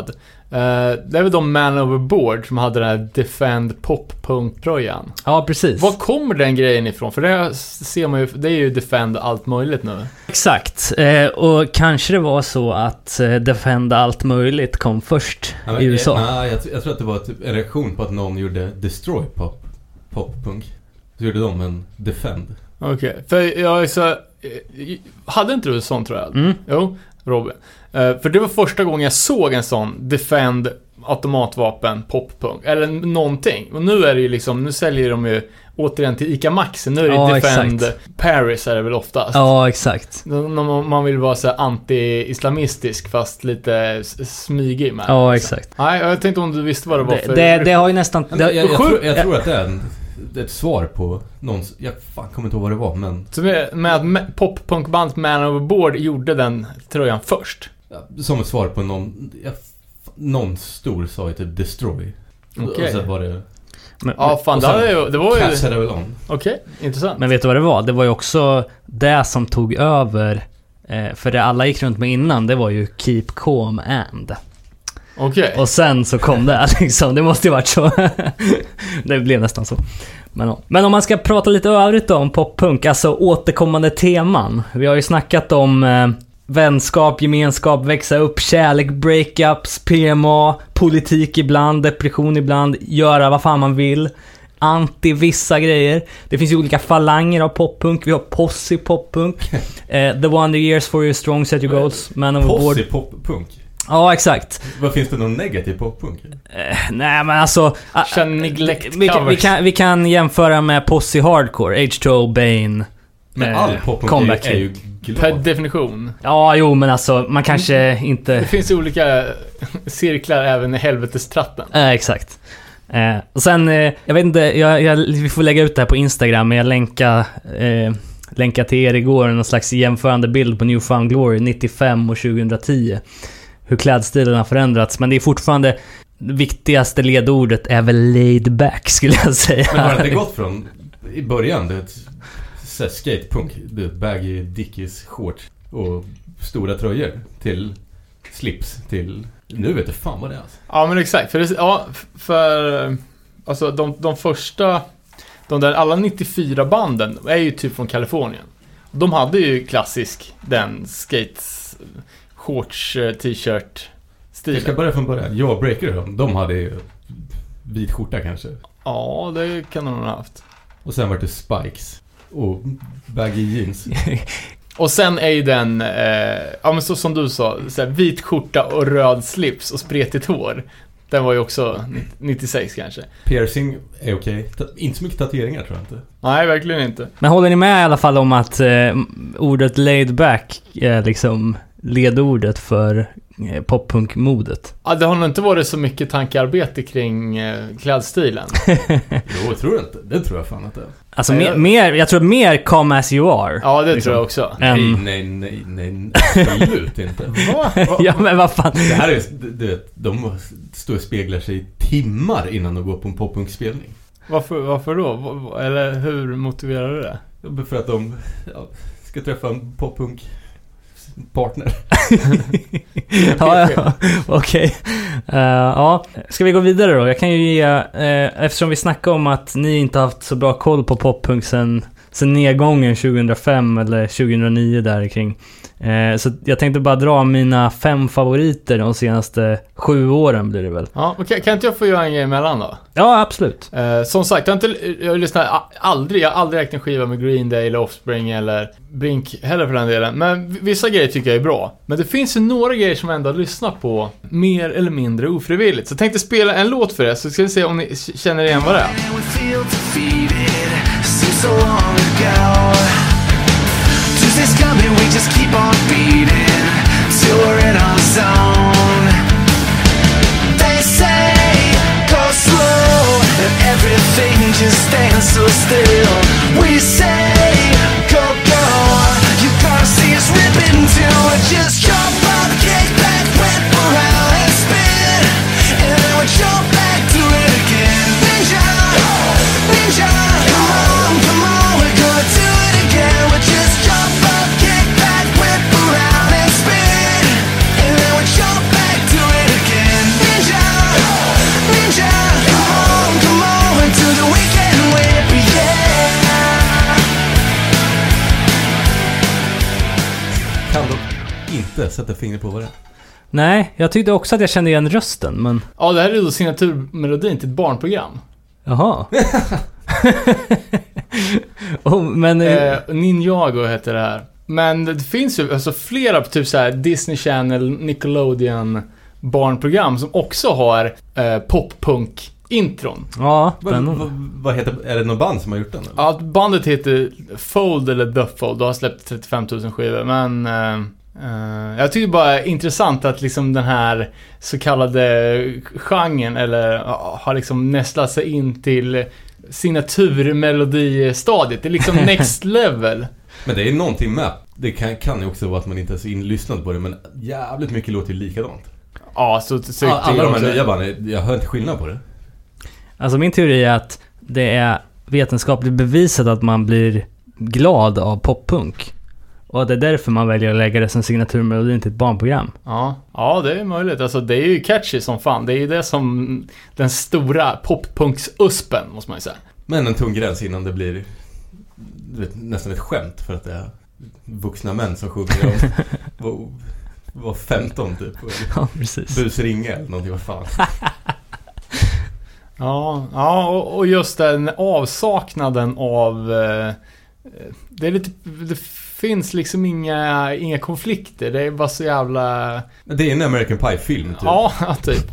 Det är väl de Man Overboard som hade den här Defend Pop-punk-tröjan. Ja, precis. Var kommer den grejen ifrån? För det ser man ju, det är ju Defend allt möjligt nu. Exakt. Och kanske det var så att Defend allt möjligt kom först i USA. Nej, jag tror att det var en reaktion på att någon gjorde Destroy Pop-punk. Så gjorde de en Defend. Okej, för jag är så... Hade inte du sån tror jag? Jo, Robin. För det var första gången jag såg en sån Defend automatvapen pop-punk. Eller någonting. Och nu är det ju liksom, nu säljer de ju återigen till ICA Maxi. Nu är det Defend exakt. Paris är det väl oftast. Ja, exakt. Man vill vara så här anti-islamistisk fast lite smygig med. Ja, liksom. Exakt. Nej, jag tänkte om du visste vad det var för... Det har ju nästan... Jag tror att det är ett svar på någons... Jag kommer inte ihåg vad det var, men... Så med att pop-punkband Man Overboard gjorde den tröjan först. Som ett svar på någon stor sa ju typ Destroy. Okej. Och så var det... Ja, fan, det var ju... Cashade väl on. Okej, intressant. Men vet du vad det var? Det var ju också det som tog över... För det alla gick runt med innan, det var ju Keep Calm and... Okej. Och sen så kom det liksom. Det måste ju varit så. Det blev nästan så. Men om man ska prata lite övrigt då om poppunk, alltså återkommande teman. Vi har ju snackat om vänskap, gemenskap, växa upp, kärlek, breakups, PMA, politik ibland, depression ibland, göra vad fan man vill, anti vissa grejer. Det finns ju olika falanger av poppunk. Vi har posse poppunk, The Wonder Years for Your Strong Set Your Goals, Man Overboard. Posse poppunk? Ja, exakt. Vad finns det någon negativ poppunk? Nej, men alltså... Vi kan jämföra med Posse Hardcore, H2O, Bane. Men all poppunk är ju glad. Per definition. Ja, jo, men alltså, man kanske inte... Det finns olika cirklar även i helvetestratten. Exakt. Och sen, jag vet inte, vi får lägga ut det här på Instagram, men jag länkade till er igår någon slags jämförande bild på New Found Glory 95 och 2010. Hur klädstilen har förändrats, men det är fortfarande det viktigaste ledordet är väl laid back, skulle jag säga. Men har det gått från i början det skatepunk, det baggy dickies shorts och stora tröjor till slips till nu vet jag fan vad det är alltså. Ja, men exakt, för alltså de första, de där alla 94 banden är ju typ från Kalifornien. De hade ju klassisk den skates shorts t-shirt stilen. Jag ska börja från början. Jag Breaker de hade ju vit skjorta kanske. Ja, det kan de ha haft. Och sen var det spikes och baggy jeans. Och sen är ju den ja men så som du sa, så här, vit skjorta och röd slips och spretigt hår. Den var ju också 96 kanske. Piercing är okej. Inte så mycket tatueringar tror jag inte. Nej, verkligen inte. Men håller ni med i alla fall om att ordet laid back är liksom ledordet för poppunkmodet? Ja, det har nog inte varit så mycket tankearbete kring klädstilen. Jo, tror jag inte. Det tror jag fan att det är. Alltså jag tror mer come as you are. Ja, det tror jag också. Nej, absolut inte. Ja, men vad fan. Det här är de står och speglar sig timmar innan de går på en poppunkspelning. Varför då? Eller hur motiverar du det? För att de ska träffa en poppunk partner. Ja, okej. Ja, ska vi gå vidare då? Jag kan ju ge, eftersom vi snackar om att ni inte haft så bra koll på poppunk sen nedgången 2005 eller 2009 där kring. Så jag tänkte bara dra mina 5 favoriter de senaste 7 åren blir det väl. Ja, okej. Kan inte jag få göra en grej emellan då? Ja, absolut. Som sagt, jag har lyssnat aldrig räknat en skiva med Green Day eller Offspring eller Blink heller för den delen. Men vissa grejer tycker jag är bra. Men det finns ju några grejer som jag ändå lyssnar på mer eller mindre ofrivilligt. Så jag tänkte spela en låt för er så ska vi se om ni känner igen vad det är. Tuesday's coming, we just keep on beating till we're in our zone. They say go slow and everything just stands so still. We say go, go, you gotta see us rip into it. Just jump up, kick back, whip around and spin, and then we jump back to it again. Ninja, ninja, come on, we're gonna do it again. We're just jump up, kick back, whip inte sätta fingret på vad det är. Nej, jag tyckte också att jag kände igen rösten, men... Ja, det här är då signaturmelodin till ett barnprogram. Jaha. Men... Ninjago heter det här. Men det finns ju alltså flera typ så här Disney Channel, Nickelodeon barnprogram som också har pop-punk-intron. Ja, Vad heter, är det någon band som har gjort den? Eller? Ja, bandet heter Fold eller The Fold och har släppt 35 000 skivor. Men jag tycker bara är intressant att liksom den här så kallade genren eller har liksom nästlat sig in till signaturmelodistadiet. Det är liksom next level. Men det är någonting med. Det kan ju också vara att man inte är så inlyssnad på det, men jävligt mycket låter ju likadant. Ja, så alla de här nya banden, jag hör inte skillnad på det. Alltså min teori är att det är vetenskapligt bevisat att man blir glad av poppunk. Och det är därför man väljer att lägga det som signaturmelodin till ett barnprogram. Ja, det är möjligt. Alltså det är ju catchy som fan. Det är ju det som den stora poppunks-uspen, måste man ju säga. Men en tung gräns innan det blir nästan ett skämt för att det är vuxna män som sjunger om var 15 typ. Ja, precis. Busringa eller någonting, vad fan. Ja, och just den avsaknaden av det finns liksom inga konflikter. Det är bara så jävla... Det är en American Pie-film typ. Ja, typ.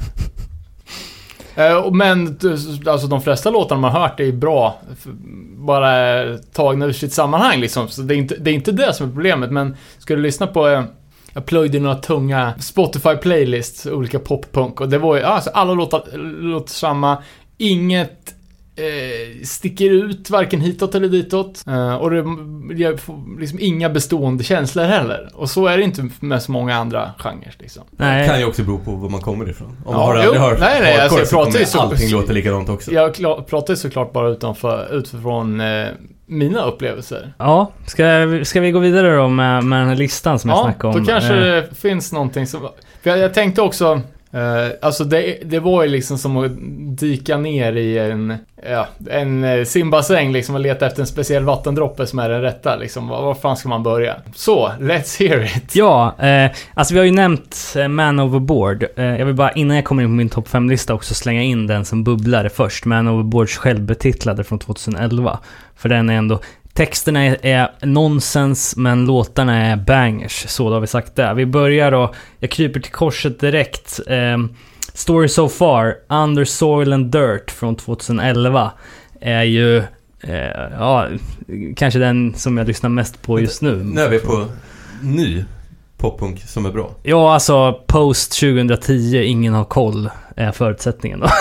Men alltså de flesta låtarna man har hört är bra, bara tagna ur sitt sammanhang liksom. Så det är inte det som är problemet. Men ska du lyssna på jag plöjde några tunga Spotify-playlists, olika pop-punk, och det var ju alltså, alla låter samma. Inget sticker ut varken hitåt eller ditåt, och det får liksom inga bestående känslor heller. Och så är det inte med så många andra genrer liksom. Nej. Det kan ju också bero på var man kommer ifrån. Om man har aldrig hört nej, alltså, jag pratar ju allting låter likadant också. Jag pratar ju såklart bara utifrån mina upplevelser. Ja, ska vi gå vidare då med den här listan som jag snackade om? Då kanske det finns någonting som... För jag tänkte också... alltså det var ju liksom som att dyka ner i en simbassäng liksom, och leta efter en speciell vattendroppe som är den rätta liksom. Var fan ska man börja? Så, let's hear it. Ja, alltså vi har ju nämnt Man Overboard. Jag vill bara, innan jag kommer in på min topp 5-lista, också slänga in den som bubblade först, Man Overboards självbetitlade från 2011. För den är ändå... Texterna är nonsens, men låtarna är bangers. Så då har vi sagt det. Vi börjar då, jag kryper till korset direkt. Story So Far, Under Soil and Dirt från 2011 är ju kanske den som jag lyssnar mest på just nu. Nu är vi på ny poppunk som är bra. Ja, alltså post 2010, ingen har koll är förutsättningen då.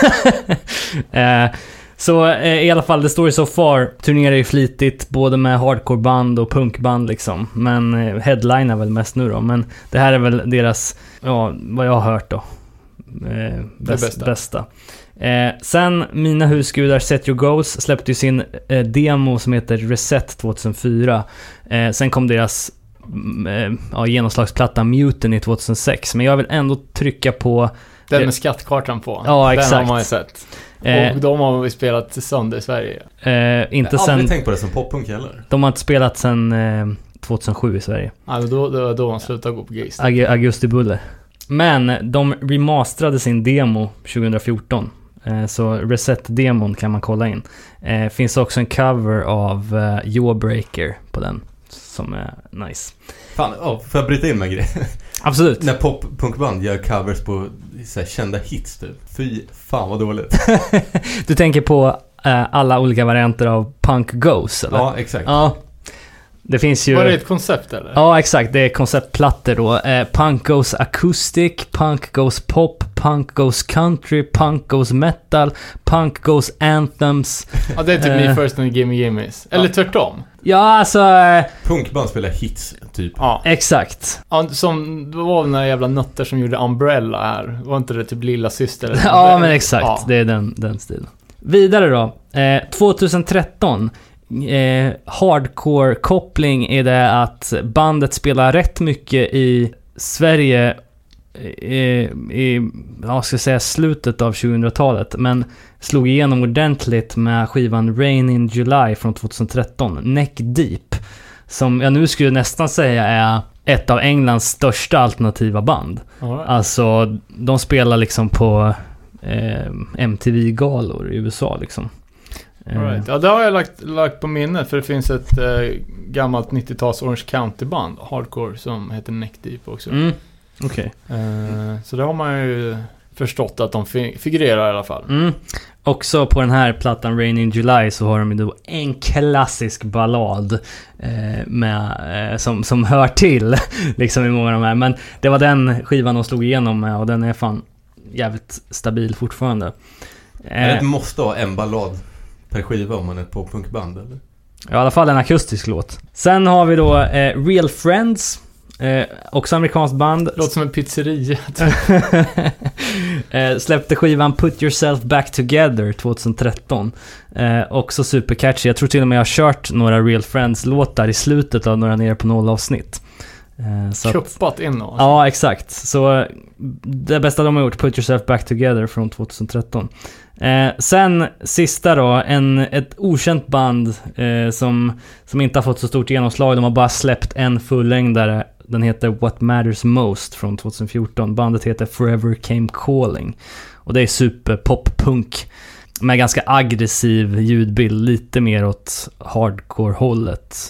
Så i alla fall, The Story So Far turnerar ju flitigt både med hardcoreband och punkband liksom. Men headline är väl mest nu då. Men det här är väl deras, vad jag har hört då, bästa. Sen Mina husgudar Set Your Goals släppte ju sin demo som heter Reset 2004. Sen kom deras genomslagsplatta Mutiny 2006. Men jag vill ändå trycka på den med skattkartan på. Ja, exakt. Den har man ju sett. Och de har vi spelat sönder i Sverige. Inte jag har aldrig tänkt på det som poppunk heller. De har inte spelat sedan 2007 i Sverige. Ja, då de slutade gå på Geist. Augusti Buller. Men de remasterade sin demo 2014. Så Reset-demon kan man kolla in. Finns också en cover av Jawbreaker på den som är nice. Fan, får jag bryta in med grejer? Absolut. När pop-punkband gör covers på så här kända hits typ. Fy fan vad dåligt. Du tänker på alla olika varianter av Punk Goes, eller? Ja, exakt. Ja. Det finns ju... Var det ett koncept eller? Ja, exakt. Det är konceptplattor då. Punk Goes Acoustic, Punk Goes Pop, Punk Goes Country, Punk Goes Metal, Punk Goes Anthems. Ja, det är typ Me First and Gimme Gimmes. Eller tvärtom. Ja, alltså... Punkband spelar hits, typ. Ja. Exakt. Ja, som, det var några jävla nötter som gjorde Umbrella här. Var inte det typ Lilla Syster? Eller? Ja, men exakt. Ja. Det är den stilen. Vidare då. 2013... hardcore-koppling är det att bandet spelar rätt mycket i Sverige ska jag säga slutet av 2000-talet, men slog igenom ordentligt med skivan Rain in July från 2013, Neck Deep, som jag nu skulle nästan säga är ett av Englands största alternativa band. Alltså, de spelar liksom på MTV-galor i USA liksom. Right. Ja, det har jag lagt på minnet, för det finns ett gammalt 90-tals Orange County-band, hardcore, som heter Neck Deep också. Okej. Så det har man ju förstått att de figurerar i alla fall. Också på den här plattan Rain in July så har de ju då en klassisk ballad som hör till liksom i många av de här. Men det var den skivan de slog igenom med, och den är fan jävligt stabil fortfarande. Det måste ha en ballad per skiva om man är ett poppunkband, eller? Ja, i alla fall en akustisk låt. Sen har vi då Real Friends, också amerikanskt band. Låter som en pizzeria. Släppte skivan Put Yourself Back Together 2013. Också supercatchy. Jag tror till och med jag har kört några Real Friends-låtar i slutet av några ner på 0-avsnitt. Kuppat in oss. Ja, exakt. Så det bästa de har gjort, Put Yourself Back Together från 2013. Sen sista då, ett okänt band som inte har fått så stort genomslag. De har bara släppt en fullängdare. Den heter What Matters Most från 2014. Bandet heter Forever Came Calling. Och det är superpop-punk med ganska aggressiv ljudbild, lite mer åt hardcore-hållet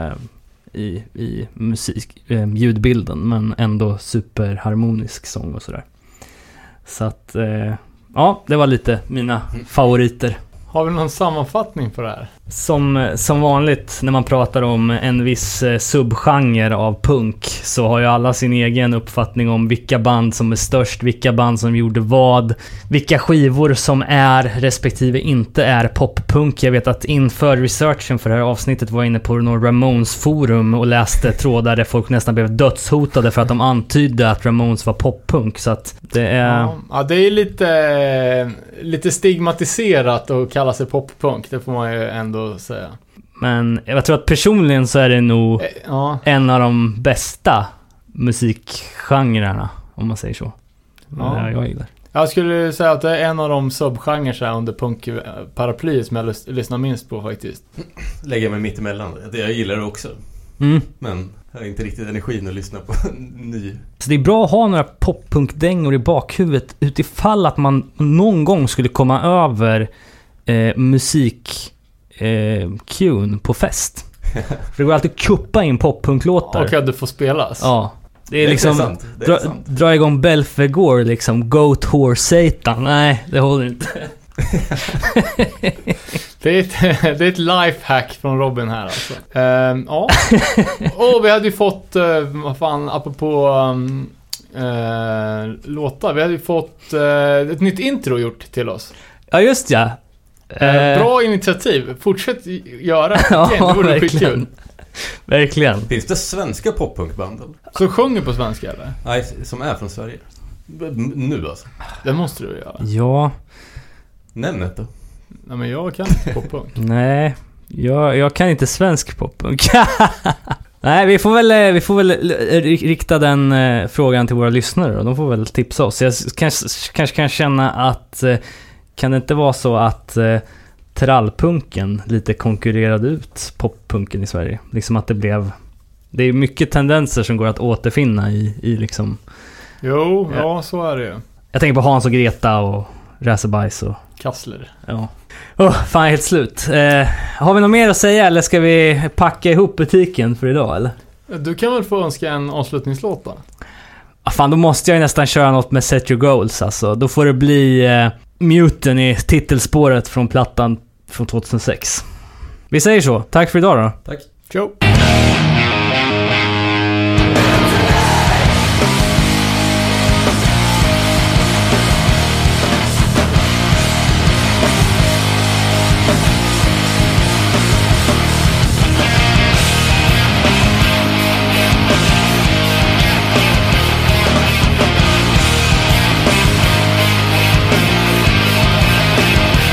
i ljudbilden, men ändå superharmonisk sång och sådär. Så att ja, det var lite mina favoriter. Har vi någon sammanfattning på det här? Som vanligt när man pratar om en viss subgenre av punk, så har ju alla sin egen uppfattning om vilka band som är störst, vilka band som gjorde vad, vilka skivor som är respektive inte är poppunk. Jag vet att inför researchen för det här avsnittet var jag inne på någon Ramones forum och läste trådar där folk nästan blev dödshotade för att de antydde att Ramones var poppunk. Så att det är... Ja, det är lite stigmatiserat att kalla sig poppunk, det får man ju ändå säga. Men jag tror att personligen så är det nog en av de bästa musikgenrerna, om man säger så. Ja. Jag gillar. Jag skulle säga att det är en av de subgenrer under punk-paraplyet som jag lyssnar minst på faktiskt. Lägger mig mitt emellan. Jag gillar det också. Men jag har inte riktigt energin att lyssna på ny. Så det är bra att ha några poppunkdängor i bakhuvudet utifall att man någon gång skulle komma över musik-cuen på fest. För det går alltid att kuppa in poppunklåtar. Och att det får spelas. Ja. Det är liksom dra igång Belfegor liksom, Goat Horse Satan. Nej, det håller inte. Det är ett lifehack från Robin här alltså. Ja. Och vi hade ju fått vad fan, apropå låtar, vi hade ju fått ett nytt intro gjort till oss. Ja, just ja. Bra initiativ. Fortsätt göra. Ja, det vore skitkul. Verkligen. Finns det svenska poppunkband? Så sjunger på svenska eller? Nej, som är från Sverige. Nu alltså. Det måste du göra. Ja. Nämn ett då. Nej, men jag kan inte poppunk. Nej, jag kan inte svensk poppunk. Nej, vi får väl rikta den frågan till våra lyssnare och de får väl tipsa oss. Jag kanske kan känna att kan det inte vara så att trallpunken lite konkurrerade ut poppunken i Sverige? Liksom att det är mycket tendenser som går att återfinna i liksom... Jo, ja, så är det ju. Jag tänker på Hans och Greta och Räsebajs och... Kassler. Ja. Fan, helt slut. Har vi något mer att säga eller ska vi packa ihop butiken för idag eller? Du kan väl få önska en avslutningslåt då? Fan, då måste jag nästan köra något med Set Your Goals alltså. Då får det bli Muten i titelspåret från plattan från 2006. Vi säger så. Tack för idag då. Tack. Ciao.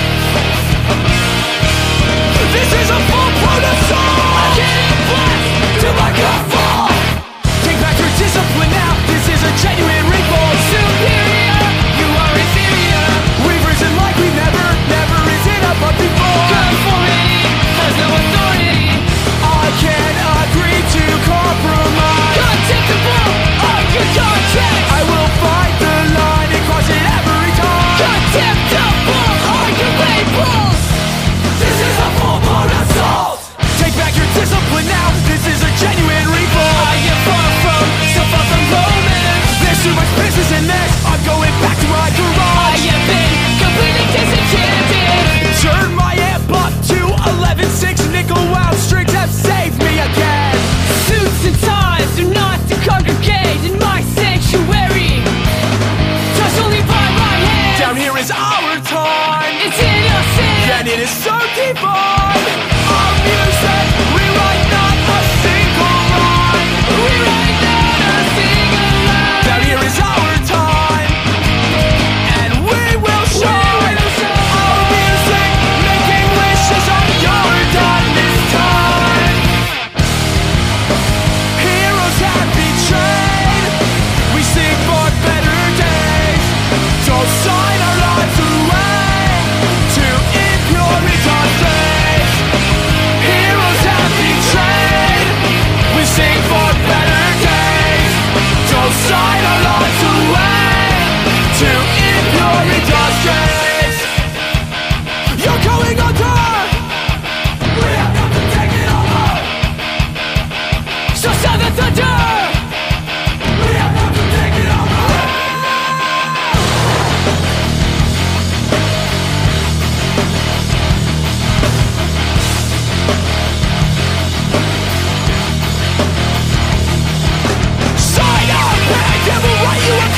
This is a full protocol.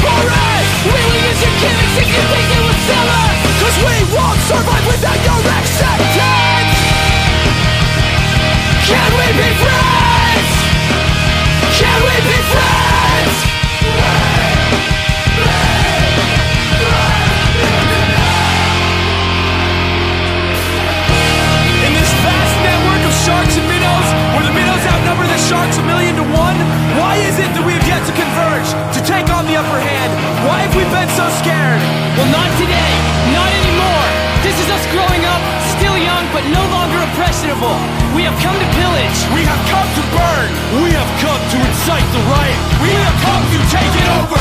for us. We will use your gimmicks if you think it will sell us. Cause we won't survive without your acceptance. Can we be friends? Can we be friends? In this vast network of sharks and minnows, where the minnows outnumber the sharks 1,000,000 to 1, why is it that we have yet to converge, to take on the upper hand? Why have we been so scared? Well, not today, not anymore. This is us growing up, still young, but no longer impressionable. We have come to pillage. We have come to burn. We have come to incite the riot. We have come to take it over.